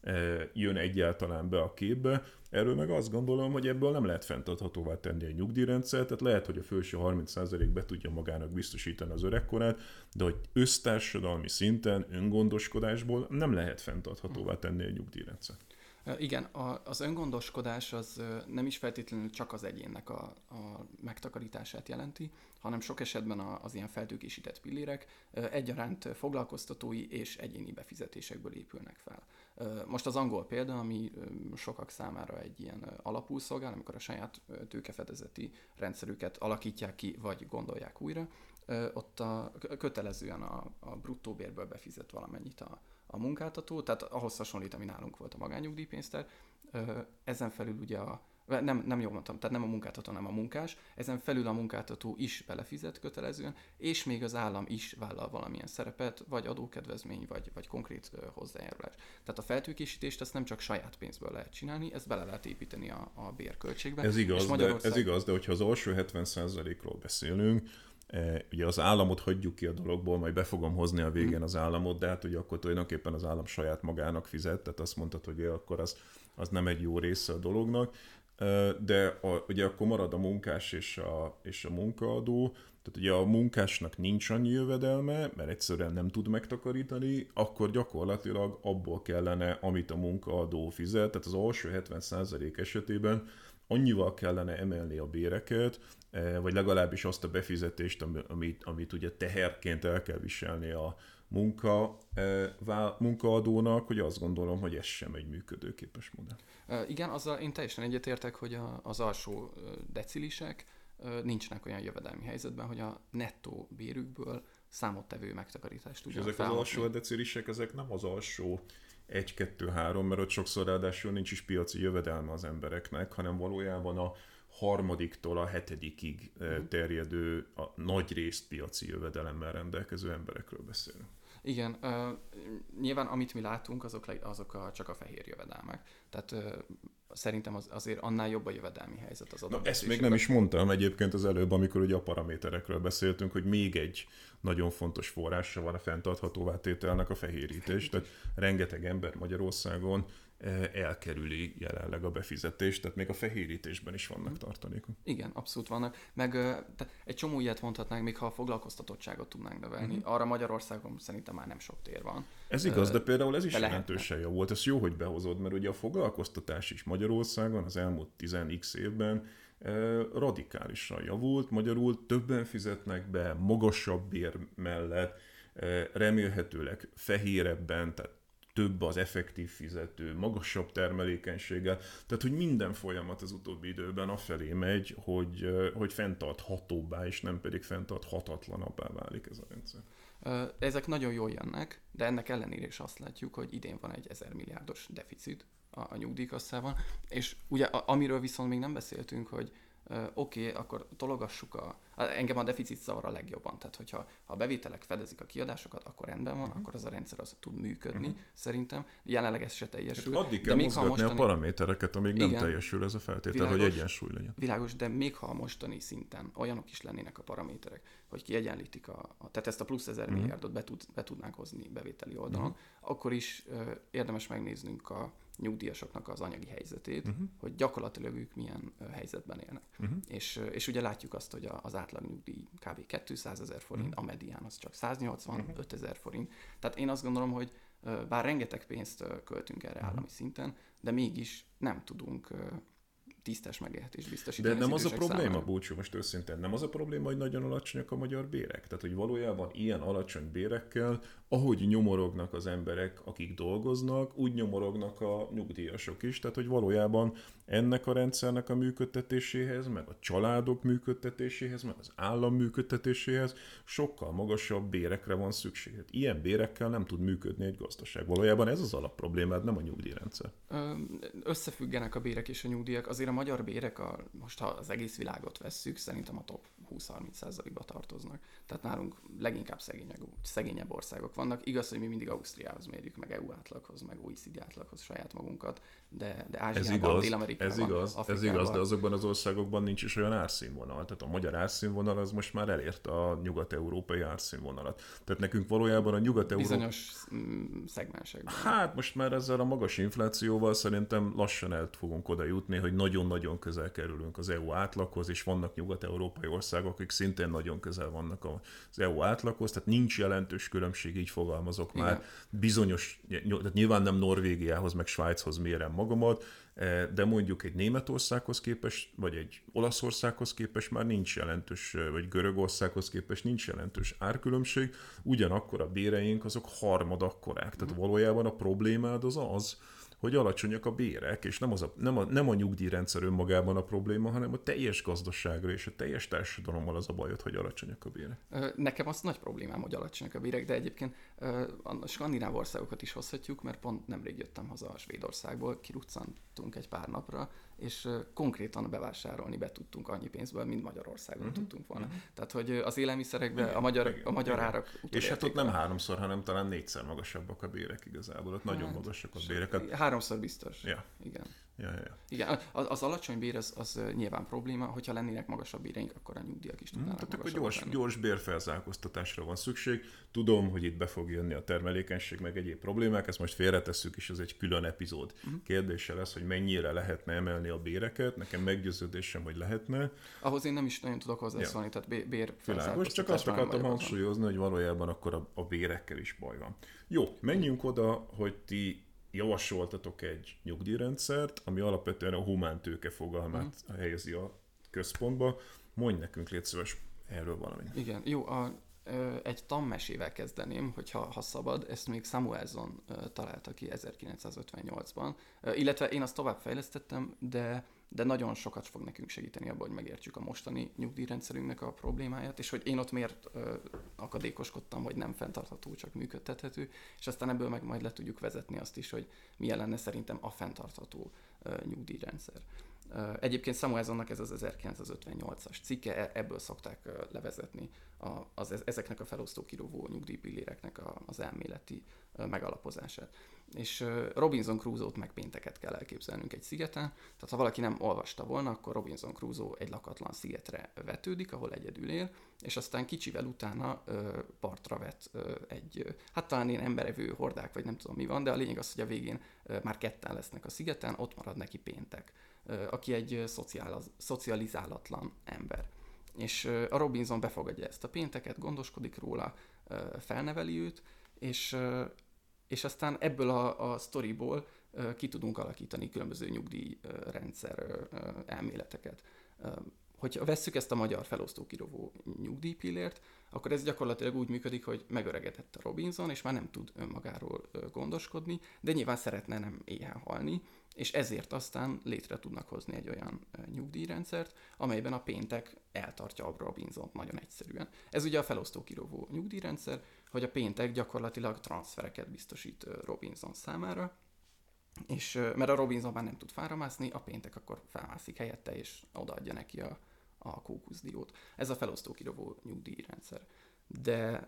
jön egyáltalán be a képbe. Erről meg azt gondolom, hogy ebből nem lehet fenntarthatóvá tenni a nyugdíjrendszert, tehát lehet, hogy a felső harminc százalék be tudja magának biztosítani az öregkorát, de hogy össztársadalmi szinten öngondoskodásból nem lehet fenntarthatóvá tenni a nyugdíjrendszert. Igen, az öngondoskodás az nem is feltétlenül csak az egyénnek a, a megtakarítását jelenti, hanem sok esetben az ilyen feltőkésített pillérek egyaránt foglalkoztatói és egyéni befizetésekből épülnek fel. Most az angol példa, ami sokak számára egy ilyen alapul szolgál, amikor a saját tőkefedezeti rendszerüket alakítják ki, vagy gondolják újra, ott a, kötelezően a, a bruttó bérből befizet valamennyit a, a munkáltató, tehát ahhoz hasonlít, ami nálunk volt a magánnyugdíjpénztár. Ezen felül ugye a, nem, nem jól mondtam, tehát nem a munkáltató, hanem a munkás, ezen felül a munkáltató is belefizet kötelezően, és még az állam is vállal valamilyen szerepet, vagy adókedvezmény, vagy, vagy konkrét hozzájárulás. Tehát a feltőkésítést ezt nem csak saját pénzből lehet csinálni, ezt bele lehet építeni a, a bérköltségbe. Ez igaz, Magyarország... de, ez igaz, de hogyha az alsó hetven százalékról beszélünk, ugye az államot hagyjuk ki a dologból, majd be fogom hozni a végén az államot, de hát ugye akkor tulajdonképpen az állam saját magának fizet, tehát azt mondtad, hogy akkor az, az nem egy jó része a dolognak. De a, ugye akkor marad a munkás és a, és a munkaadó, tehát ugye a munkásnak nincs annyi jövedelme, mert egyszerűen nem tud megtakarítani, akkor gyakorlatilag abból kellene, amit a munkaadó fizet, tehát az alsó hetven százalék esetében annyival kellene emelni a béreket, vagy legalábbis azt a befizetést, amit, amit ugye teherként el kell viselni a munka, munkaadónak, hogy azt gondolom, hogy ez sem egy működőképes modell. Igen, azzal én teljesen egyetértek, hogy a, az alsó decilisek nincsenek olyan jövedelmi helyzetben, hogy a nettó bérükből számottevő megtakarítást tudjanak ezek felhozni. Az alsó decilisek, ezek nem az alsó egy, kettő, három, mert ott sokszor ráadásul nincs is piaci jövedelme az embereknek, hanem valójában a harmadiktól a hetedikig terjedő, a nagy részt piaci jövedelemmel rendelkező emberekről beszélünk. Igen, uh, nyilván amit mi látunk, azok, azok a, csak a fehér jövedelmek. Tehát uh, szerintem az, azért annál jobb a jövedelmi helyzet az adott. Na, ezt még nem is mondtam egyébként az előbb, amikor ugye a paraméterekről beszéltünk, hogy még egy nagyon fontos forrása van a fenntarthatóvá tételnek, a fehérítés. Tehát rengeteg ember Magyarországon elkerüli jelenleg a befizetést, tehát még a fehérítésben is vannak tartalékok. Igen, abszolút vannak. Meg tehát egy csomó ilyet mondhatnánk, még ha a foglalkoztatottságot tudnánk növelni. Uh-huh. Arra Magyarországon szerintem már nem sok tér van. Ez igaz, de például ez is jelentősen jó volt. Ez jó, hogy behozod, mert ugye a foglalkoztatás is Magyarországon az elmúlt tíz x évben radikálisan javult. Magyarul többen fizetnek be, magasabb bér mellett, remélhetőleg fehérebben, tehát több az effektív fizető, magasabb termelékenységgel. Tehát, hogy minden folyamat az utóbbi időben afelé megy, hogy, hogy fenntarthatóbbá, és nem pedig fenntarthatatlanabbá válik ez a rendszer. Ezek nagyon jól jönnek, de ennek ellenére is azt látjuk, hogy idén van egy ezer milliárdos deficit a, a nyugdíjkasszában, és ugye amiről viszont még nem beszéltünk, hogy Uh, Oké, okay, akkor tologassuk a... Engem a deficit zavar a legjobban, tehát hogyha ha a bevételek fedezik a kiadásokat, akkor rendben van, uh-huh. akkor az a rendszer az tud működni, uh-huh. szerintem. Jelenleg ez se teljesül. Hát addig kell mozgatni mostani... a paramétereket, amíg igen, nem teljesül ez a feltétel, világos, hogy egyensúly legyen. Világos, de még ha a mostani szinten olyanok is lennének a paraméterek, hogy kiegyenlítik a... a tehát ezt a plusz ezer uh-huh. milliárdot be, tud, be tudnánk hozni bevételi oldalon, uh-huh. akkor is uh, érdemes megnéznünk a nyugdíjasoknak az anyagi helyzetét, uh-huh. hogy gyakorlatilag ők milyen uh, helyzetben élnek. Uh-huh. És, uh, és ugye látjuk azt, hogy a, az átlag nyugdíj kb. kétszázezer forint, uh-huh. a medián az csak száznyolcvanötezer uh-huh. forint. Tehát én azt gondolom, hogy uh, bár rengeteg pénzt uh, költünk erre uh-huh. állami szinten, de mégis nem tudunk uh, tisztes megélhetést biztosítani. De nem az, az a probléma, számára. Búcsú, most őszintén, nem az a probléma, hogy nagyon alacsonyak a magyar bérek? Tehát, hogy valójában ilyen alacsony bérekkel, ahogy nyomorognak az emberek, akik dolgoznak, úgy nyomorognak a nyugdíjasok is. Tehát, hogy valójában ennek a rendszernek a működtetéséhez, meg a családok működtetéséhez, meg az állam működtetéséhez sokkal magasabb bérekre van szükség. Hát ilyen bérekkel nem tud működni egy gazdaság. Valójában ez az alapproblémád, nem a nyugdíjrendszer. Összefüggenek a bérek és a nyugdíjak. Azért a magyar bérek, a, most ha az egész világot vesszük, szerintem a top húsz-harminc százalékba tartoznak. Tehát nálunk leginkább szegényebb, szegényebb országok vannak. Igaz, hogy mi mindig Ausztriához mérjük, meg é u átlaghoz, meg o e cé dé átlaghoz saját magunkat, de, de Ázsiában, Dél-Amerikában, ez igaz, ez igaz, de azokban az országokban nincs is olyan árszínvonal. Tehát a magyar árszínvonal az most már elérte a nyugat-európai árszínvonalat. Tehát nekünk valójában a nyugat-európai... Bizonyos szegmensekben. Hát most már ezzel a magas inflációval szerintem lassan el fogunk oda jutni, hogy nagyon-nagyon közel kerülünk az é u átlaghoz, és vannak nyugat-európai országok, akik szintén nagyon közel vannak az é u átlaghoz, tehát nincs jelentős különbség, így fogalmazok igen. már. Bizonyos, tehát nyilván nem Norvégiához, meg Svájchoz mérem magamat, de mondjuk egy Németországhoz képest, vagy egy Olaszországhoz képest már nincs jelentős, vagy Görögországhoz képest nincs jelentős árkülönbség, ugyanakkor a béreink azok harmadakkorák. Tehát valójában a problémád az az, hogy alacsonyak a bérek, és nem, az a, nem, a, nem a nyugdíjrendszer önmagában a probléma, hanem a teljes gazdaságra és a teljes társadalommal az a bajod, hogy alacsonyak a bérek. Nekem az nagy problémám, hogy alacsonyak a bérek, de egyébként a skandináv országokat is hozhatjuk, mert pont nemrég jöttem haza a Svédországból, kiruccantunk egy pár napra, és konkrétan bevásárolni be tudtunk annyi pénzből, mint Magyarországon uh-huh. tudtunk volna. Uh-huh. Tehát, hogy az élelmiszerekben a magyar, igen, a magyar igen. árak és hát ott nem háromszor, hanem talán négyszer magasabbak a bérek igazából. Ott hát, nagyon magasak a bérek. Háromszor biztos. Ja. Igen. Ja, ja, ja. Igen, az, az alacsony bér az, az nyilván probléma, hogyha lennének magasabb béreink, akkor a nyugdíjak is tudnának hmm, tehát magasabb gyors, lenni. gyors bérfelzárkóztatásra van szükség. Tudom, hogy itt be fog jönni a termelékenység, meg egyéb problémák, ezt most félretesszük, és ez egy külön epizód. Uh-huh. Kérdése lesz, hogy mennyire lehetne emelni a béreket. Nekem meggyőződésem, hogy lehetne. Ahhoz én nem is nagyon tudok hozzászólni, ja. tehát bérfelzárkóztatásra. Csak azt akartam hangsúlyozni, hogy valójában akkor a, a bérekkel is baj van. Jó, menjünk oda, hogy ti javasoltatok egy nyugdíjrendszert, ami alapvetően a humántőke fogalmát mm. helyezi a központba. Mondj nekünk, légy szíves, erről valamit. Igen, jó, a, ö, egy tanmesével kezdeném, hogyha ha szabad, ezt még Samuelson ö, találta ki ezerkilencszázötvennyolcban, ö, illetve én azt tovább fejlesztettem, de, de nagyon sokat fog nekünk segíteni abban, hogy megértsük a mostani nyugdíjrendszerünknek a problémáját, és hogy én ott miért ö, akadékoskodtam, hogy nem fenntartható, csak működtethető, és aztán ebből meg majd le tudjuk vezetni azt is, hogy milyen lenne szerintem a fenntartható ö, nyugdíjrendszer. Egyébként Samuelsonnak ez az ezerkilencszázötvennyolcas cikke, ebből szokták levezetni a, az, ezeknek a felosztókirúvó nyugdíjpilléreknek a, az elméleti megalapozását. És Robinson Crusoe-t meg pénteket kell elképzelnünk egy szigeten, tehát ha valaki nem olvasta volna, akkor Robinson Crusoe egy lakatlan szigetre vetődik, ahol egyedül él, és aztán kicsivel utána ö, partra vet ö, egy, hát talán ilyen emberevő hordák, vagy nem tudom mi van, de a lényeg az, hogy a végén ö, már ketten lesznek a szigeten, ott marad neki péntek, ö, aki egy szocializálatlan ember. És ö, a Robinson befogadja ezt a pénteket, gondoskodik róla, ö, felneveli őt, és, ö, és aztán ebből a, a sztoriból ö, ki tudunk alakítani különböző nyugdíjrendszer ö, elméleteket. Ö, Hogyha vesszük ezt a magyar felosztókirúvó nyugdíjpillért, akkor ez gyakorlatilag úgy működik, hogy megöregedett a Robinson, és már nem tud önmagáról gondoskodni, de nyilván szeretne nem éhen halni, és ezért aztán létre tudnak hozni egy olyan nyugdíjrendszert, amelyben a péntek eltartja a Robinsont nagyon egyszerűen. Ez ugye a felosztókirúvó nyugdíjrendszer, hogy a péntek gyakorlatilag transfereket biztosít Robinson számára, és, mert a Robinson már nem tud fára mászni, a péntek akkor felmászik helyette, és odaadja neki a, a kókuszdiót. Ez a felosztókirúvó nyugdíjrendszer. De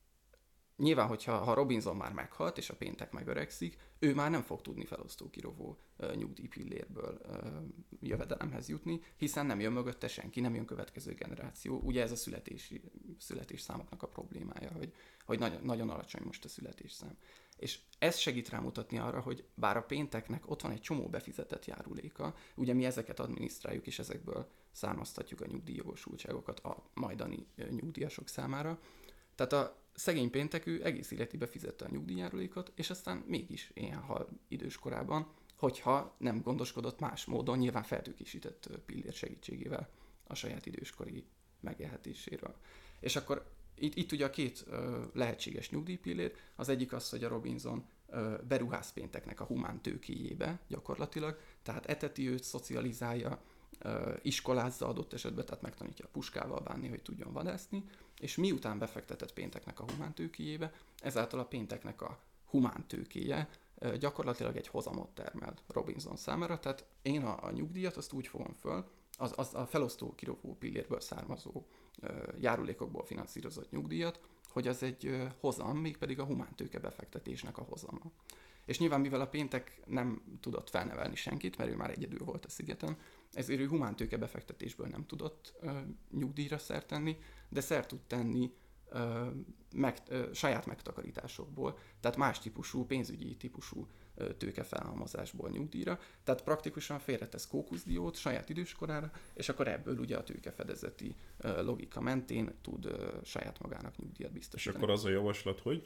nyilván, hogyha ha Robinson már meghalt, és a péntek megöregszik, ő már nem fog tudni felosztókirúvó uh, nyugdíjpillérből uh, jövedelemhez jutni, hiszen nem jön mögötte senki, nem jön következő generáció. Ugye ez a születési, születésszámoknak a problémája, hogy, hogy nagyon, nagyon alacsony most a születésszám. És ez segít rámutatni arra, hogy bár a pénteknek ott van egy csomó befizetett járuléka, ugye mi ezeket adminisztráljuk, és ezekből származtatjuk a nyugdíjjogosultságokat a majdani nyugdíjasok számára. Tehát a szegény péntekű egész életében fizette a nyugdíjjárulékot, és aztán mégis éhen hal idős korában, hogyha nem gondoskodott más módon, nyilván feltőkésített pillér segítségével a saját időskori megélhetéséről. És akkor Itt, itt ugye a két ö, lehetséges nyugdíjpillér, az egyik az, hogy a Robinson ö, beruház pénteknek a humán tőkéjébe gyakorlatilag, tehát eteti őt, szocializálja, ö, iskolázza adott esetben, tehát megtanítja a puskával bánni, hogy tudjon vadászni, és miután befektetett pénteknek a humán tőkéjébe, ezáltal a pénteknek a humán tőkéje ö, gyakorlatilag egy hozamot termel Robinson számára, tehát én a, a nyugdíjat azt úgy fogom föl, az, az a felosztó kirúvó pillérből származó járulékokból finanszírozott nyugdíjat, hogy az egy hozam, mégpedig a humántőke befektetésnek a hozama. És nyilván, mivel a péntek nem tudott felnevelni senkit, mert ő már egyedül volt a szigeten, ezért ő humántőke befektetésből nem tudott ö, nyugdíjra szert tenni, de szert tud tenni ö, meg, ö, saját megtakarításokból, tehát más típusú, pénzügyi típusú ö, tőkefelhalmozásból nyugdíjra, tehát praktikusan félretesz kókuszdiót saját időskorára, és akkor ebből ugye a tőkefedezeti ö, logika mentén tud ö, saját magának nyugdíjat biztosítani. És akkor az a javaslat, hogy?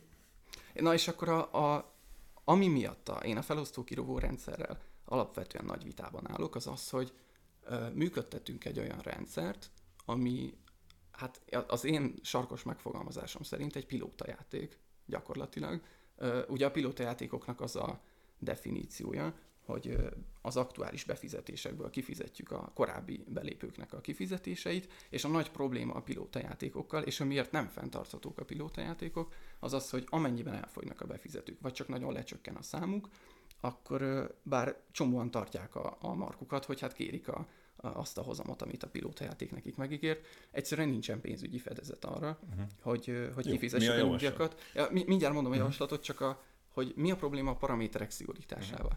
Na és akkor a, a, ami miatt a, én a felosztókirúvó rendszerrel alapvetően nagy vitában állok, az az, hogy ö, működtetünk egy olyan rendszert, ami hát az én sarkos megfogalmazásom szerint egy pilótajáték gyakorlatilag. Ugye a pilótajátékoknak az a definíciója, hogy az aktuális befizetésekből kifizetjük a korábbi belépőknek a kifizetéseit, és a nagy probléma a pilótajátékokkal, és amiért nem fenntarthatók a pilótajátékok, az az, hogy amennyiben elfogynak a befizetők, vagy csak nagyon lecsökken a számuk, akkor bár csomóan tartják a, a markukat, hogy hát kérik a azt a hozamot, amit a pilótajáték nekik megígért. Egyszerűen nincsen pénzügyi fedezet arra, uh-huh. hogy, hogy kifizessük a nyugdíjakat. Ja, mindjárt mondom a javaslatot, csak a, hogy mi a probléma a paraméterek szigorításával. Uh-huh.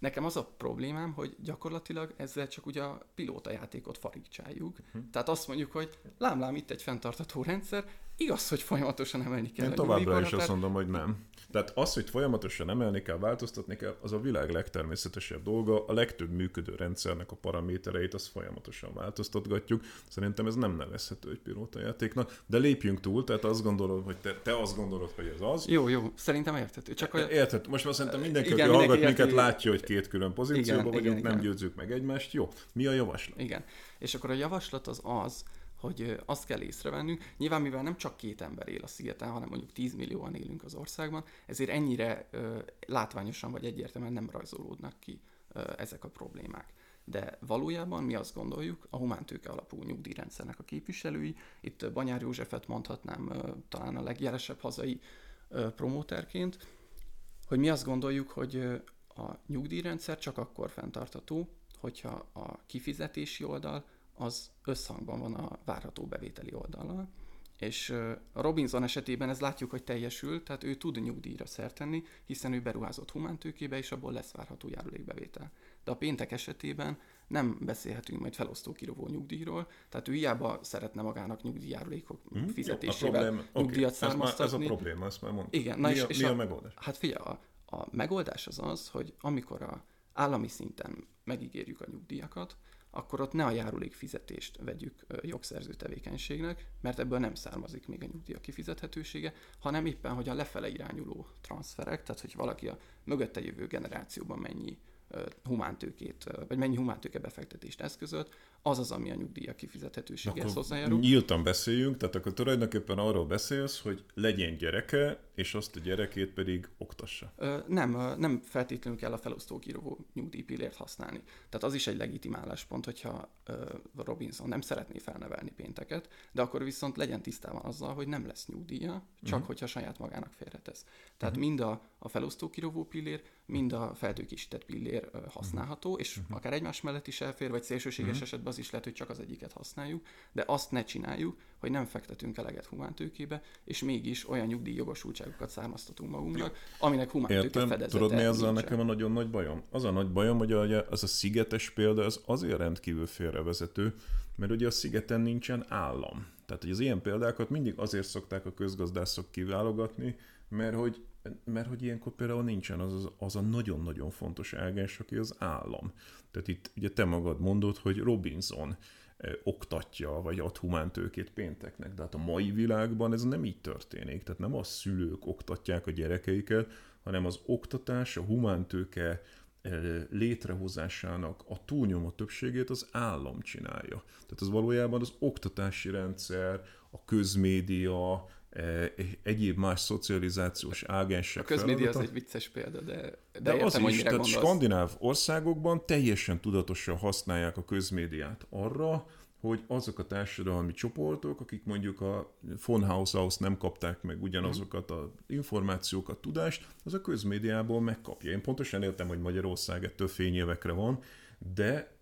Nekem az a problémám, hogy gyakorlatilag ezzel csak ugye a pilótajátékot farigcsáljuk. Uh-huh. Tehát azt mondjuk, hogy lám-lám, itt egy fenntartható rendszer, igaz, hogy folyamatosan emelni kell. Én a továbbra is azt mondom, hogy nem. Tehát az, hogy folyamatosan emelni kell, változtatni kell, az a világ legtermészetesebb dolga. A legtöbb működő rendszernek a paramétereit azt folyamatosan változtatgatjuk. Szerintem ez nem nevezhető egy pilótajátéknak. De lépjünk túl, tehát azt gondolod, hogy te, te azt gondolod, hogy ez az. Jó, jó, szerintem érthető. Csak a... Érthető. Most már szerintem mindenki, igen, aki mindenki hallgat minket, érti... látja, hogy két külön pozícióban igen, vagyunk, igen, nem igen. győzzük meg egymást. Jó, mi a javaslat? Igen, és akkor a javaslat az az, hogy azt kell észrevennünk, nyilván mivel nem csak két ember él a szigeten, hanem mondjuk tíz millióan élünk az országban, ezért ennyire ö, látványosan vagy egyértelműen nem rajzolódnak ki ö, ezek a problémák. De valójában mi azt gondoljuk, a humántőke alapú nyugdíjrendszernek a képviselői, itt Banyár Józsefet mondhatnám ö, talán a legjelesebb hazai ö, promóterként, hogy mi azt gondoljuk, hogy ö, a nyugdíjrendszer csak akkor fenntartható, hogyha a kifizetési oldal az összhangban van a várható bevételi oldallal. És a Robinson esetében ez látjuk, hogy teljesül, tehát ő tud nyugdíjra szert tenni, hiszen ő beruházott humántőkébe, és abból lesz várható járulékbevétel. De a péntek esetében nem beszélhetünk majd felosztókirúgó nyugdíjról, tehát ő hiába szeretne magának nyugdíjjárulékok hmm, fizetésével jó, a nyugdíjat okay. származtatni. Ez, ez a probléma, ezt már mondtam. Igen, na mi és, a, és mi a, a megoldás? Hát figyelj, a, a megoldás az az, hogy amikor a állami szinten megígérjük a nyugdíjakat, akkor ott ne a járulékfizetést vegyük jogszerző tevékenységnek, mert ebből nem származik még a nyugdíjak kifizethetősége, hanem éppen, hogy a lefele irányuló transferek, tehát hogy valaki a mögötte jövő generációban mennyi humántőkét, vagy mennyi humántőke befektetést eszközölt, az az, ami a nyugdíjak kifizethetőségéhez hozzájárul. Nyíltan beszéljünk, tehát akkor tulajdonképpen arról beszélsz, hogy legyen gyereke, és azt a gyerekét pedig oktassa. Ö, nem, nem feltétlenül kell a felosztókirúgó nyugdíjpillért használni. Tehát az is egy legitim álláspont, hogyha ö, Robinson nem szeretné felnevelni pénteket, de akkor viszont legyen tisztában azzal, hogy nem lesz nyugdíja, csak uh-huh. hogyha saját magának félretesz. Tehát uh-huh. mind a, a felosztókirúgó pillér, mind a feltőkésített pillér ö, használható, és uh-huh. akár egymás mellett is elfér, vagy szélsőséges uh-huh. esetben az is lehet, hogy csak az egyiket használjuk, de azt ne csináljuk, hogy nem fektetünk eleget humántőkébe, és mégis olyan nyugdíjjogosultságokat származtatunk magunknak, aminek humántőke fedezete. Tudod, mi ezzel nekem a nagyon nagy bajom? Az a nagy bajom, hogy az a szigetes példa az azért rendkívül félrevezető, mert ugye a szigeten nincsen állam. Tehát, hogy az ilyen példákat mindig azért szokták a közgazdászok kiválogatni, mert hogy, mert hogy ilyenkor például nincsen az, az, az a nagyon-nagyon fontos ágás, aki az állam. Tehát itt ugye te magad mondod, hogy Robinson eh, oktatja, vagy ad humántőkét pénteknek, de hát a mai világban ez nem így történik. Tehát nem a szülők oktatják a gyerekeiket, hanem az oktatás, a humántőke eh, létrehozásának a túlnyomó többségét az állam csinálja. Tehát ez valójában az oktatási rendszer, a közmédia, egyéb más szocializációs ágensek. A közmédia az egy vicces példa, de, de, de értem, az hogy is, mire tehát gondolsz. skandináv országokban teljesen tudatosan használják a közmédiát arra, hogy azok a társadalmi csoportok, akik mondjuk a von Haushaus nem kapták meg ugyanazokat az információkat, tudást, az a közmédiából megkapja. Én pontosan értem, hogy Magyarország ettől fényévekre van, de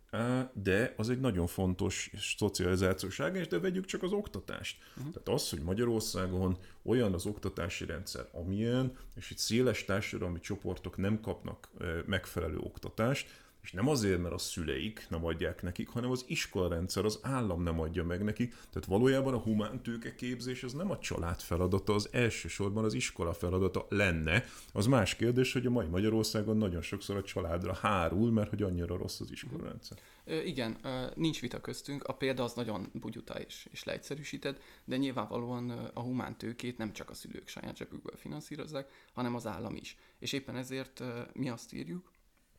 de az egy nagyon fontos szocializációs ágás, de vegyük csak az oktatást. Uh-huh. Tehát az, hogy Magyarországon olyan az oktatási rendszer, amilyen, és itt széles társadalmi csoportok nem kapnak megfelelő oktatást, és nem azért, mert a szüleik nem adják nekik, hanem az iskolarendszer, az állam nem adja meg nekik. Tehát valójában a humántőke képzés az nem a család feladata, az elsősorban az iskola feladata lenne. Az más kérdés, hogy a mai Magyarországon nagyon sokszor a családra hárul, mert hogy annyira rossz az iskolarendszer. Ö, igen, nincs vita köztünk, a példa az nagyon bugyuta és, és leegyszerűsített, de nyilvánvalóan a humántőkét nem csak a szülők saját zsebükből finanszírozzák, hanem az állam is. És éppen ezért mi azt írjuk,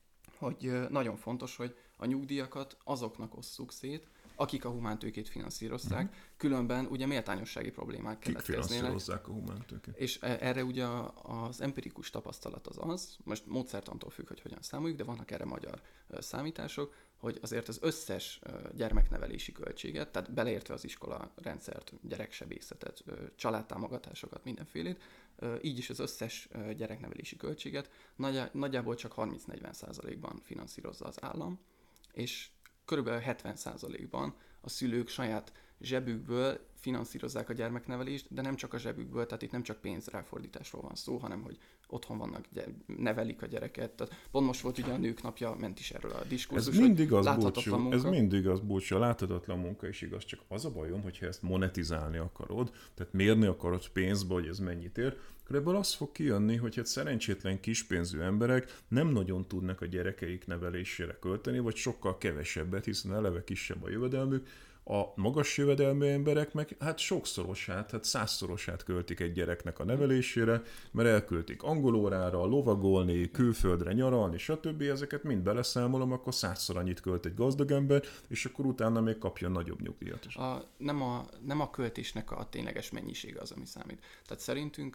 hogy nagyon fontos, hogy a nyugdíjakat azoknak osszuk szét, akik a humántőkét finanszírozták, uh-huh. különben ugye méltányossági problémák keletkeznének. Kik finanszírozzák a humántőkét? És erre ugye az empirikus tapasztalat az az, most módszertantól függ, hogy hogyan számoljuk, de vannak erre magyar számítások, hogy azért az összes gyermeknevelési költséget, tehát beleértve az iskola rendszert, gyereksebészetet, családtámogatásokat, mindenfélét, így is az összes gyereknevelési költséget nagyjából csak harminc-negyven százalékban finanszírozza az állam, és körülbelül hetven százalékban a szülők saját zsebükből finanszírozzák a gyermeknevelést, de nem csak a zsebükből, tehát itt nem csak pénzráfordításról van szó, hanem hogy otthon vannak, nevelik a gyereket. Tehát pont most volt ugye a Nők Napja, ment is erről a diskurzus. Ez mindig az, búcsú, ez mindig az, búcsú, a láthatatlan munka is igaz, csak az a bajom, hogyha ezt monetizálni akarod, tehát mérni akarod pénzbe, hogy ez mennyit ér, akkor ebből az fog kijönni, hogy hát szerencsétlen kispénzű emberek nem nagyon tudnak a gyerekeik nevelésére költeni, vagy sokkal kevesebbet, hiszen eleve kisebb a jövedelmük. A magas jövedelmű emberek meg hát sokszorosát, hát százszorosát költik egy gyereknek a nevelésére, mert elköltik angolórára, lovagolni, külföldre nyaralni, stb. Ezeket mind beleszámolom, akkor százszor annyit költ egy gazdag ember, és akkor utána még kapja nagyobb nyugdíjat is. A, nem, a, nem a költésnek a tényleges mennyisége az, ami számít. Tehát szerintünk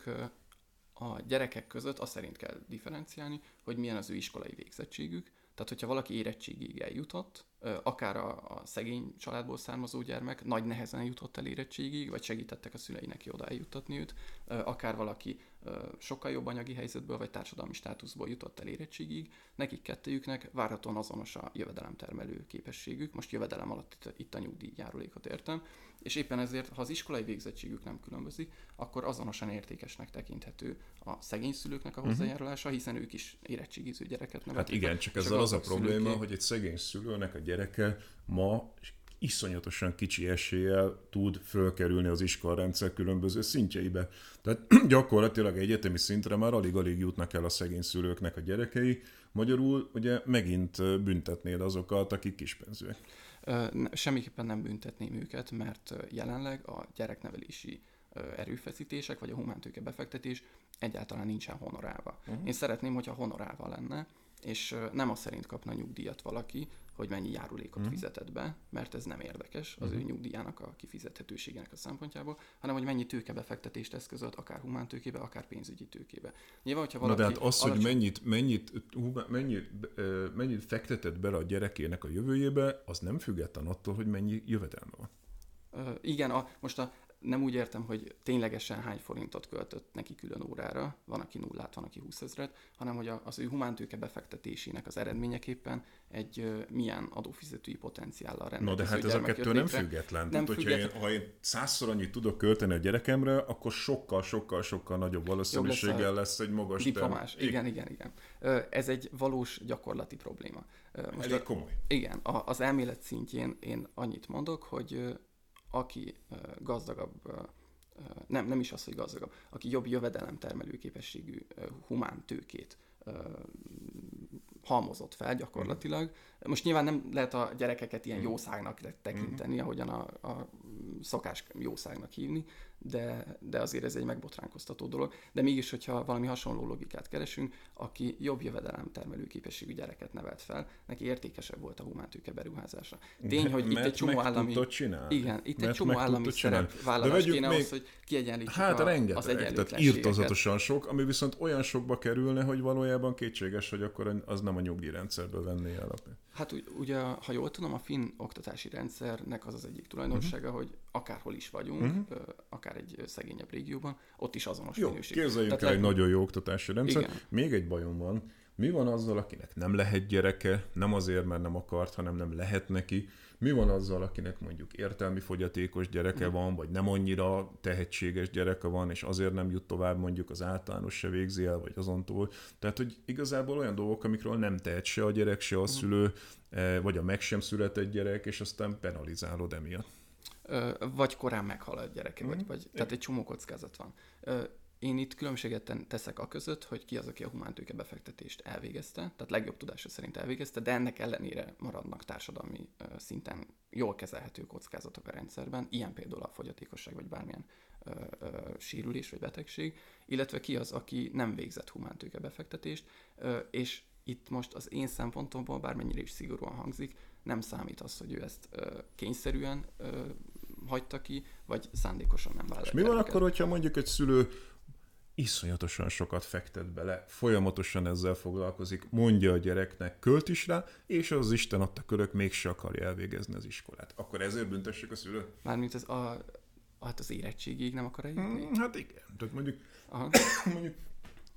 a gyerekek között azt szerint kell differenciálni, hogy milyen az ő iskolai végzettségük. Tehát, hogyha valaki érettségig eljutott, akár a, a szegény családból származó gyermek nagy nehezen jutott el érettségig, vagy segítettek a szüleinek ki oda eljuttatni őt, akár valaki sokkal jobb anyagi helyzetből, vagy társadalmi státuszból jutott el érettségig, nekik kettőjüknek várhatóan azonos a jövedelemtermelő képességük, most jövedelem alatt itt, itt a nyugdíjjárulékot értem, és éppen ezért, ha az iskolai végzettségük nem különbözik, akkor azonosan értékesnek tekinthető a szegény szülőknek a hozzájárulása, hiszen ők is érettségiző gyereket neveltek. Hát igen, csak ezzel az a probléma, szülőké... hogy egy szegény szülőnek a gyereke ma iszonyatosan kicsi eséllyel tud fölkerülni az iskolarendszer különböző szintjeibe. Tehát gyakorlatilag egyetemi szintre már alig-alig jutnak el a szegény szülőknek a gyerekei. Magyarul ugye megint büntetnéd azokat, akik kispénzűek. Semmiképpen nem büntetném őket, mert jelenleg a gyereknevelési erőfeszítések, vagy a humántőke befektetés egyáltalán nincsen honorálva. Uh-huh. Én szeretném, hogyha honorálva lenne, és nem azt szerint kapna nyugdíjat valaki, hogy mennyi járulékot uh-huh. fizetett be, mert ez nem érdekes az uh-huh. ő nyugdíjának a kifizethetőségének a szempontjából, hanem hogy mennyi tőkebefektetést eszközölt, akár humántőkébe, akár pénzügyi tőkébe. Nyilván, hogyha valaki... Na de hát az, alacsony... hogy mennyit, mennyit, mennyit, mennyit fektetett bele a gyerekének a jövőjébe, az nem független attól, hogy mennyi jövedelme van. Uh, igen, a, most a nem úgy értem, hogy ténylegesen hány forintot költött neki külön órára, van, aki nullát, van, aki húszezret, hanem hogy az ő humántőke befektetésének az eredményeképpen egy uh, milyen adófizetői potenciállal rendelkező. No, de hát ez a kettő nem független. Nem Tehát, független. Hogyha én, ha én százszor annyit tudok költeni a gyerekemre, akkor sokkal, sokkal, sokkal nagyobb valószínűséggel lesz, lesz egy magas diplomás. Term... Igen, igen, igen. Ez egy valós gyakorlati probléma. Most elég komoly. Igen, az elmélet szintjén én annyit mondok, hogy aki uh, gazdagabb, uh, nem, nem is az, hogy gazdagabb, aki jobb jövedelemtermelő képességű uh, humán tőkét uh, halmozott fel gyakorlatilag. Most nyilván nem lehet a gyerekeket ilyen jószágnak tekinteni, ahogyan a, a szokás jószágnak hívni, de, de azért ez egy megbotránkoztató dolog. De mégis, hogyha valami hasonló logikát keresünk, aki jobb jövedelemtermelő képességű gyereket nevelt fel, neki értékesebb volt a humántőke beruházása. Tény, hogy itt egy csomó állami... Igen, itt egy csomó állami szerepvállalás kéne ahhoz, hogy kiegyenlítsük hát, a, az egyenlőtlenségeket. Tehát írtozatosan sok, ami viszont olyan sokba kerülne, hogy valójában kétséges, hogy akkor az nem a nyugdíjrendszerből venné el. Hát ugye, ha jól tudom, a finn oktatási rendszernek az az egyik tulajdonsága, uh-huh. hogy akárhol is vagyunk, uh-huh. akár egy szegényebb régióban, ott is azonos jó, minőség. Képzeljünk el egy nagyon jó oktatási rendszer. Igen. Még egy bajom van. Mi van azzal, akinek nem lehet gyereke, nem azért, mert nem akart, hanem nem lehet neki? Mi van azzal, akinek mondjuk értelmi fogyatékos gyereke van, vagy nem annyira tehetséges gyereke van, és azért nem jut tovább, mondjuk az általános se végzi el, vagy azon túl. Tehát, hogy igazából olyan dolgok, amikről nem tehet se a gyerek, se a szülő, vagy a meg sem született gyerek, és aztán penalizálod emiatt. Vagy korán meghal a gyereke, vagy, vagy, tehát egy csomó kockázat van. Én itt különbséget teszek a között, hogy ki az, aki a humántőke befektetést elvégezte, tehát legjobb tudása szerint elvégezte, de ennek ellenére maradnak társadalmi szinten jól kezelhető kockázatok a rendszerben, ilyen például a fogyatékosság, vagy bármilyen ö, ö, sérülés, vagy betegség, illetve ki az, aki nem végzett humántőke befektetést, ö, és itt most az én szempontomból, bármennyire is szigorúan hangzik, nem számít az, hogy ő ezt ö, kényszerűen ö, hagyta ki, vagy szándékosan nem vállalt. És mi van akkor, hogyha mondjuk egy szülő iszonyatosan sokat fektet bele, folyamatosan ezzel foglalkozik, mondja a gyereknek, költ is rá, és az Isten adta körök mégse akarja elvégezni az iskolát. Akkor ezért büntessük a szülőt? Mármint ez a, hát az érettségig nem akar eljutni? Hmm, hát igen. Tehát mondjuk, mondjuk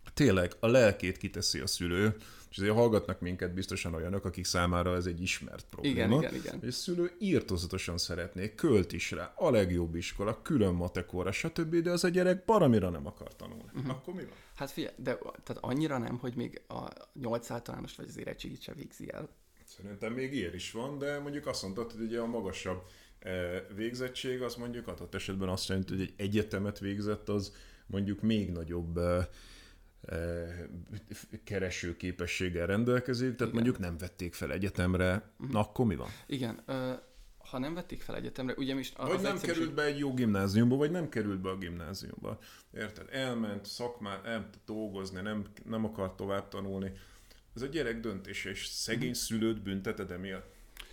tényleg a lelkét kiteszi a szülő, és azért hallgatnak minket biztosan olyanok, akik számára ez egy ismert probléma. Igen, igen, igen. És a szülő írtózatosan szeretné, költ is rá, a legjobb iskola, külön matekóra, stb., de az a gyerek baramira nem akar tanulni. Uh-huh. Akkor mi van? Hát figyelj, de tehát annyira nem, hogy még a nyolc általános vagy az érettségit se végzi el. Szerintem még ilyen is van, de mondjuk azt mondtad, hogy ugye a magasabb végzettség, az mondjuk adott esetben azt jelenti, hogy egy egyetemet végzett, az mondjuk még nagyobb keresőképességgel rendelkezik, tehát igen. mondjuk nem vették fel egyetemre, uh-huh. na akkor mi van? Igen, ha nem vették fel egyetemre, ugye is... Vagy nem egyszerűség... került be egy jó gimnáziumba, vagy nem került be a gimnáziumba. Érted? Elment szakmát, elment dolgozni, nem, nem akar tovább tanulni. Ez a gyerek döntése, és szegény szülőt bünteted emiatt?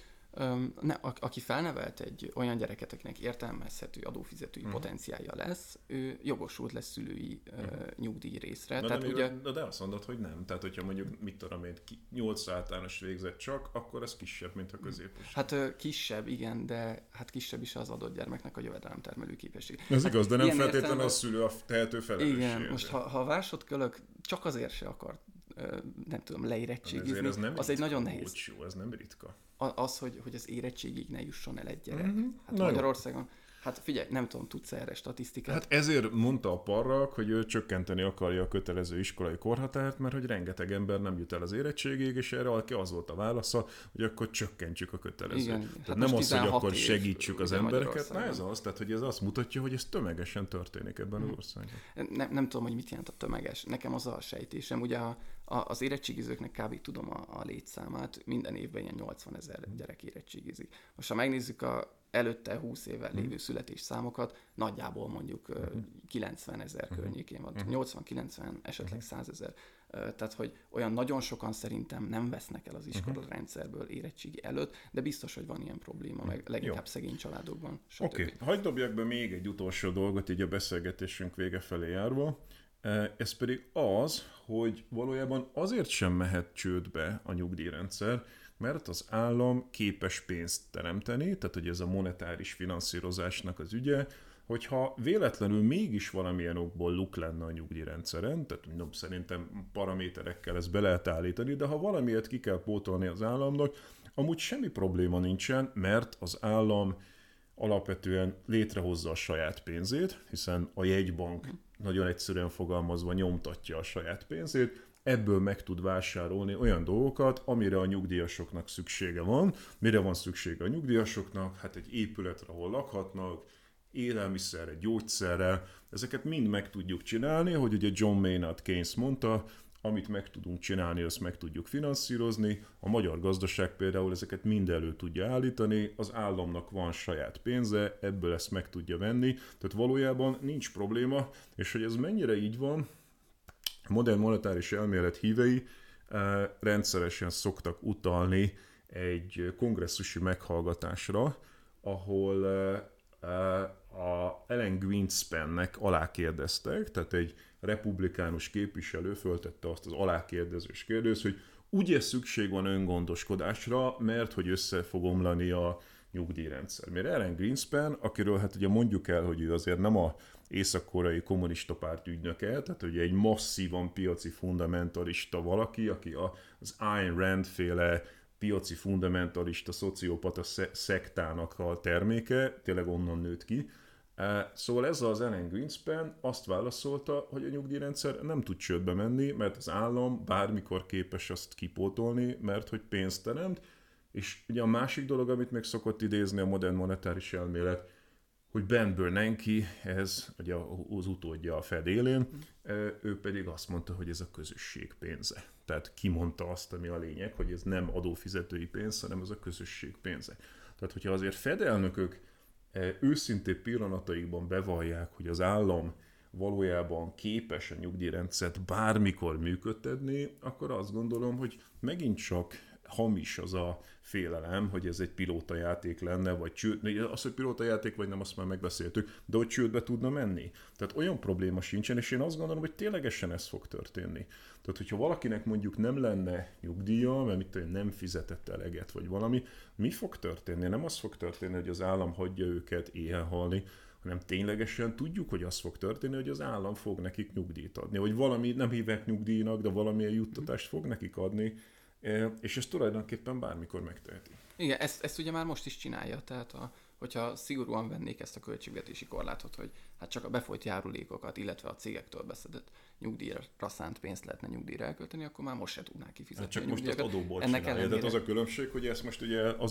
Öm, ne, a, aki felnevelt egy olyan gyereket, akinek értelmezhető adófizetői uh-huh. potenciálja lesz, ő jogosult lesz szülői uh-huh. uh, nyugdíj részre. Na, Tehát de, ugye... de, de azt mondod, hogy nem. Tehát, hogyha mondjuk, mit tudom én, nyolc általános végzett csak, akkor ez kisebb, mint a középos. Hát uh, kisebb, igen, de hát kisebb is az adott gyermeknek a jövedelemtermelő képesség. Ez hát igaz, de nem feltétlenül értelemben... a szülő a tehető felelőssége. Igen, most ha, ha a másodkölök csak azért se akar, nem tudom, leérettségizni, az ritka, egy nagyon nehéz. Jó, ez nem ritka. Az, hogy, hogy az érettségig ne jusson el egy gyerek. Mm-hmm. Hát Na Magyarországon, jó. Hát figyelj, nem tudom, tudsz erre statisztikát? Hát ezért mondta a Parrak, hogy ő csökkenteni akarja a kötelező iskolai korhatárt, mert hogy rengeteg ember nem jut el az érettségig, és erre az volt a válasza, hogy akkor csökkentsük a kötelező. Igen, igen. Tehát hát nem az, hogy akkor év, segítsük az embereket, na ez az, tehát hogy ez azt mutatja, hogy ez tömegesen történik ebben hmm. az országban. Nem, nem tudom, hogy mit jelent a tömeges. Nekem az a sejtésem, ugye a, a, az érettségizőknek kb. Tudom a, a létszámát, minden évben ilyen nyolcvanezer gyerek érettségizik. Most ha megnézzük a előtte húsz évvel lévő születésszámokat, nagyjából mondjuk uh-huh. kilencvenezer uh-huh. környékén van, uh-huh. nyolcvan-kilencven, esetleg százezer. Tehát, hogy olyan nagyon sokan szerintem nem vesznek el az iskola uh-huh. rendszerből érettségi előtt, de biztos, hogy van ilyen probléma, meg leginkább Jó. szegény családokban. Oké, okay. Hagyd dobjak be még egy utolsó dolgot így a beszélgetésünk vége felé járva. Ez pedig az, hogy valójában azért sem mehet csődbe a nyugdíjrendszer, mert az állam képes pénzt teremteni, tehát hogy ez a monetáris finanszírozásnak az ügye, hogyha véletlenül mégis valamilyen okból luk lenne a nyugdíjrendszeren, tehát mondom, szerintem paraméterekkel ezt be lehet állítani, de ha valamiért ki kell pótolni az államnak, amúgy semmi probléma nincsen, mert az állam alapvetően létrehozza a saját pénzét, hiszen a jegybank nagyon egyszerűen fogalmazva nyomtatja a saját pénzét, ebből meg tud vásárolni olyan dolgokat, amire a nyugdíjasoknak szüksége van. Mire van szüksége a nyugdíjasoknak? Hát egy épületre, ahol lakhatnak, élelmiszerre, gyógyszerre, ezeket mind meg tudjuk csinálni, hogy ugye John Maynard Keynes mondta, amit meg tudunk csinálni, azt meg tudjuk finanszírozni. A magyar gazdaság például ezeket mind elő tudja állítani, az államnak van saját pénze, ebből ezt meg tudja venni, tehát valójában nincs probléma, és hogy ez mennyire így van, a modern monetáris elmélet hívei eh, rendszeresen szoktak utalni egy kongresszusi meghallgatásra, ahol eh, eh, a Ellen Greenspannek alákérdeztek, tehát egy republikánus képviselő föltette azt az alákérdezős kérdést, hogy ugye szükség van öngondoskodásra, mert hogy össze fog omlani a nyugdíjrendszer. Mert Ellen Greenspan, akiről hát ugye mondjuk el, hogy ő azért nem a észak-koreai kommunista párt ügynöke, tehát ugye egy masszívan piaci fundamentalista valaki, aki az Ayn Rand féle piaci fundamentalista, szociopata szektának a terméke, tényleg onnan nőtt ki. Szóval ez az Ellen Greenspan azt válaszolta, hogy a nyugdíjrendszer nem tud csődbe menni, mert az állam bármikor képes azt kipótolni, mert hogy pénzt teremt, és ugye a másik dolog, amit még szokott idézni a modern monetáris elmélet, hogy Ben Bernanke, ez ugye az utódja a Fed élén, ő pedig azt mondta, hogy ez a közösség pénze. Tehát kimondta azt, ami a lényeg, hogy ez nem adófizetői pénz, hanem ez a közösség pénze. Tehát, hogyha azért Fed elnökök őszintén pillanataikban bevallják, hogy az állam valójában képes a nyugdíjrendszert bármikor működtetni, akkor azt gondolom, hogy megint csak hamis az a félelem, hogy ez egy pilótajáték lenne, vagy csőd, az, hogy pilótajáték vagy nem, azt már megbeszéltük, de hogy csődbe tudna menni. Tehát olyan probléma sincsen, és én azt gondolom, hogy ténylegesen ez fog történni. Tehát, hogyha valakinek mondjuk nem lenne nyugdíja, mert mit tudom, nem fizetett eleget, vagy valami, mi fog történni? Nem az fog történni, hogy az állam hagyja őket éhen halni, hanem ténylegesen tudjuk, hogy az fog történni, hogy az állam fog nekik nyugdíjat adni, vagy valami, nem hívják nyugdíjnak, de valamilyen juttatást fog nekik adni, és ezt tulajdonképpen bármikor megteheti. Igen, ezt, ezt ugye már most is csinálja, tehát a, hogyha szigorúan vennék ezt a költségvetési korlátot, hogy hát csak a befolyt járulékokat, illetve a cégektől beszedett nyugdíjra szánt pénzt lehetne nyugdíjra elkölteni, akkor már most se tudnák kifizetni. Hát csak a most az adóból Ennek csinálja. ellenére... Tehát az a különbség, hogy ezt most ugye az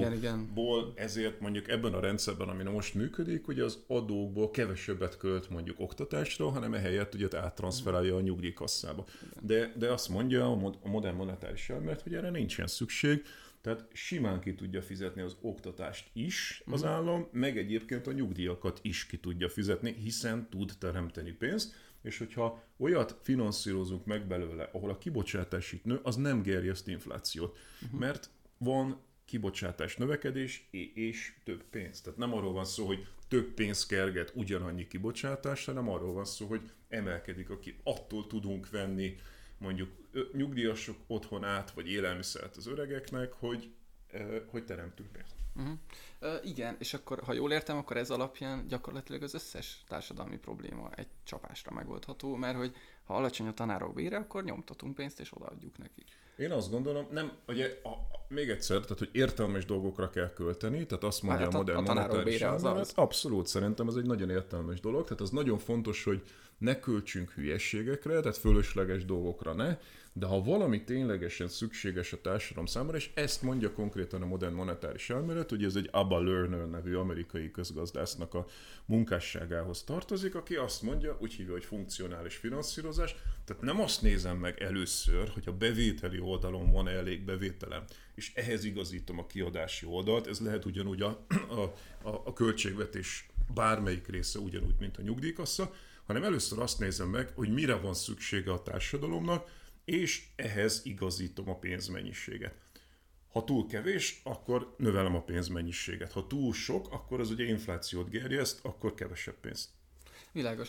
adóból, ezért mondjuk ebben a rendszerben, ami most működik, ugye az adókból kevesebbet költ mondjuk oktatásra, hanem ehelyett ugye áttranszferálja a nyugdíjkasszába. De, de azt mondja a modern monetáris elmélet, hogy erre nincsen szükség, tehát simán ki tudja fizetni az oktatást is az állam, meg egyébként a nyugdíjakat is ki tudja fizetni, hiszen tud teremteni pénzt, és hogyha olyat finanszírozunk meg belőle, ahol a kibocsátás itt nő, az nem gerjeszt inflációt, uh-huh. mert van kibocsátás növekedés és több pénz. Tehát nem arról van szó, hogy több pénz kerget ugyanannyi kibocsátás, hanem arról van szó, hogy emelkedik a ki. Attól tudunk venni mondjuk nyugdíjasok otthonát, vagy élelmiszert az öregeknek, hogy, hogy teremtünk pénzt. Uh-huh. Uh, igen, és akkor, ha jól értem, akkor ez alapján gyakorlatilag az összes társadalmi probléma egy csapásra megoldható, mert hogy ha alacsony a tanárok bére, akkor nyomtatunk pénzt, és odaadjuk nekik. Én azt gondolom, nem, ugye, a, a, még egyszer, tehát, hogy értelmes dolgokra kell költeni, tehát azt mondja hát a, a modern monetáris elmélet. Abszolút, szerintem ez egy nagyon értelmes dolog, tehát az nagyon fontos, hogy ne költsünk hülyességekre, tehát fölösleges dolgokra ne, de ha valami ténylegesen szükséges a társadalom számára, és ezt mondja konkrétan a modern monetáris elmélet, ugye ez egy Abba Lerner nevű amerikai közgazdásznak a munkásságához tartozik, aki azt mondja, úgy hívja, hogy funkcionális finanszírozás, tehát nem azt nézem meg először, hogy a bevételi oldalon van elég bevételem, és ehhez igazítom a kiadási oldalt, ez lehet ugyanúgy a, a, a, a költségvetés bármelyik része ugyanúgy, mint a nyugdíjkassa, hanem először azt nézem meg, hogy mire van szüksége a társadalomnak, és ehhez igazítom a pénzmennyiséget. Ha túl kevés, akkor növelem a pénzmennyiséget. Ha túl sok, akkor az ugye inflációt gerjeszt, akkor kevesebb pénzt. Világos.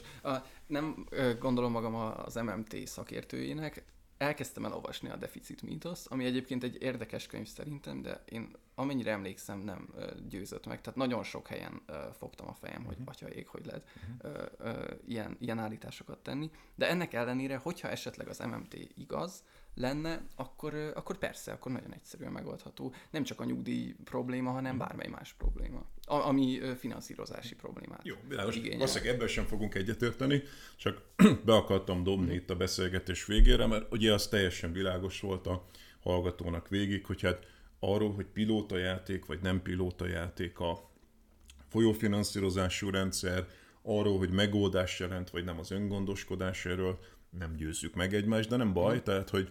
Nem gondolom magam az em em té szakértőjének, elkezdtem el olvasni a Deficit Mítoszt, ami egyébként egy érdekes könyv szerintem, de én amennyire emlékszem nem uh, győzött meg. Tehát nagyon sok helyen uh, fogtam a fejem, uh-huh. hogy atyaég, hogy lehet uh-huh. uh, uh, ilyen, ilyen állításokat tenni. De ennek ellenére, hogyha esetleg az em em té igaz lenne, akkor, uh, akkor persze, akkor nagyon egyszerűen megoldható. Nem csak a nyugdíj probléma, hanem uh-huh. bármely más probléma, a, ami uh, finanszírozási problémát Jó, világos. igényel. Valószínűleg ebben sem fogunk egyetérteni, csak be akartam dobni uh-huh. itt a beszélgetés végére, mert ugye az teljesen világos volt a hallgatónak végig, hogy hát arról, hogy pilótajáték vagy nem pilótajáték a folyófinanszírozású rendszer, arról, hogy megoldás jelent, vagy nem az öngondoskodás, erről nem győzzük meg egymást, de nem baj, tehát, hogy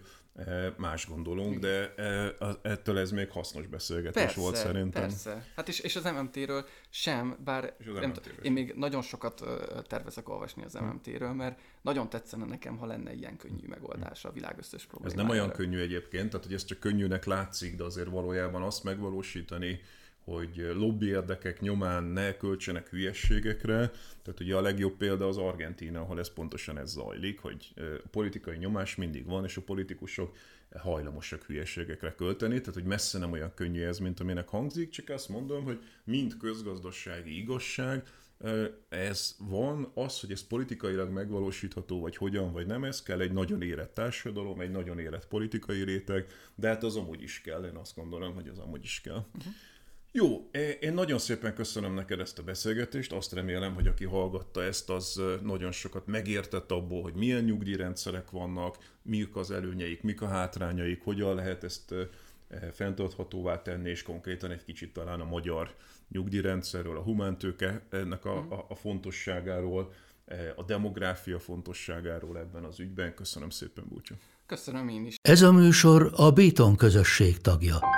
más gondolunk, de ettől ez még hasznos beszélgetés persze, volt szerintem. Persze, hát és, és az em em té-ről sem, bár nem t- én még nagyon sokat tervezek olvasni az em em té-ről, mert nagyon tetszene nekem, ha lenne ilyen könnyű megoldása a világ összes problémájára. Ez nem olyan könnyű egyébként, tehát hogy ez csak könnyűnek látszik, de azért valójában azt megvalósítani, hogy lobby érdekek nyomán ne költsenek hülyességekre. Tehát ugye a legjobb példa az Argentína, ahol ez pontosan ez zajlik, hogy a politikai nyomás mindig van, és a politikusok hajlamosak hülyeségekre költeni, tehát hogy messze nem olyan könnyű ez, mint aminek hangzik, csak azt mondom, hogy mind közgazdasági igazság, ez van, az, hogy ez politikailag megvalósítható, vagy hogyan, vagy nem, ez kell egy nagyon érett társadalom, egy nagyon érett politikai réteg, de hát az amúgy is kell, én azt gondolom, hogy az amúgy is kell. Uh-huh. Jó, én nagyon szépen köszönöm neked ezt a beszélgetést, azt remélem, hogy aki hallgatta ezt, az nagyon sokat megértett abból, hogy milyen nyugdíjrendszerek vannak, mik az előnyeik, mik a hátrányaik, hogyan lehet ezt fenntarthatóvá tenni, és konkrétan egy kicsit talán a magyar nyugdíjrendszerről, a humántőke ennek a, a, a fontosságáról, a demográfia fontosságáról ebben az ügyben. Köszönöm szépen, Bulcsú. Köszönöm én is. Ez a műsor a Béton közösség tagja.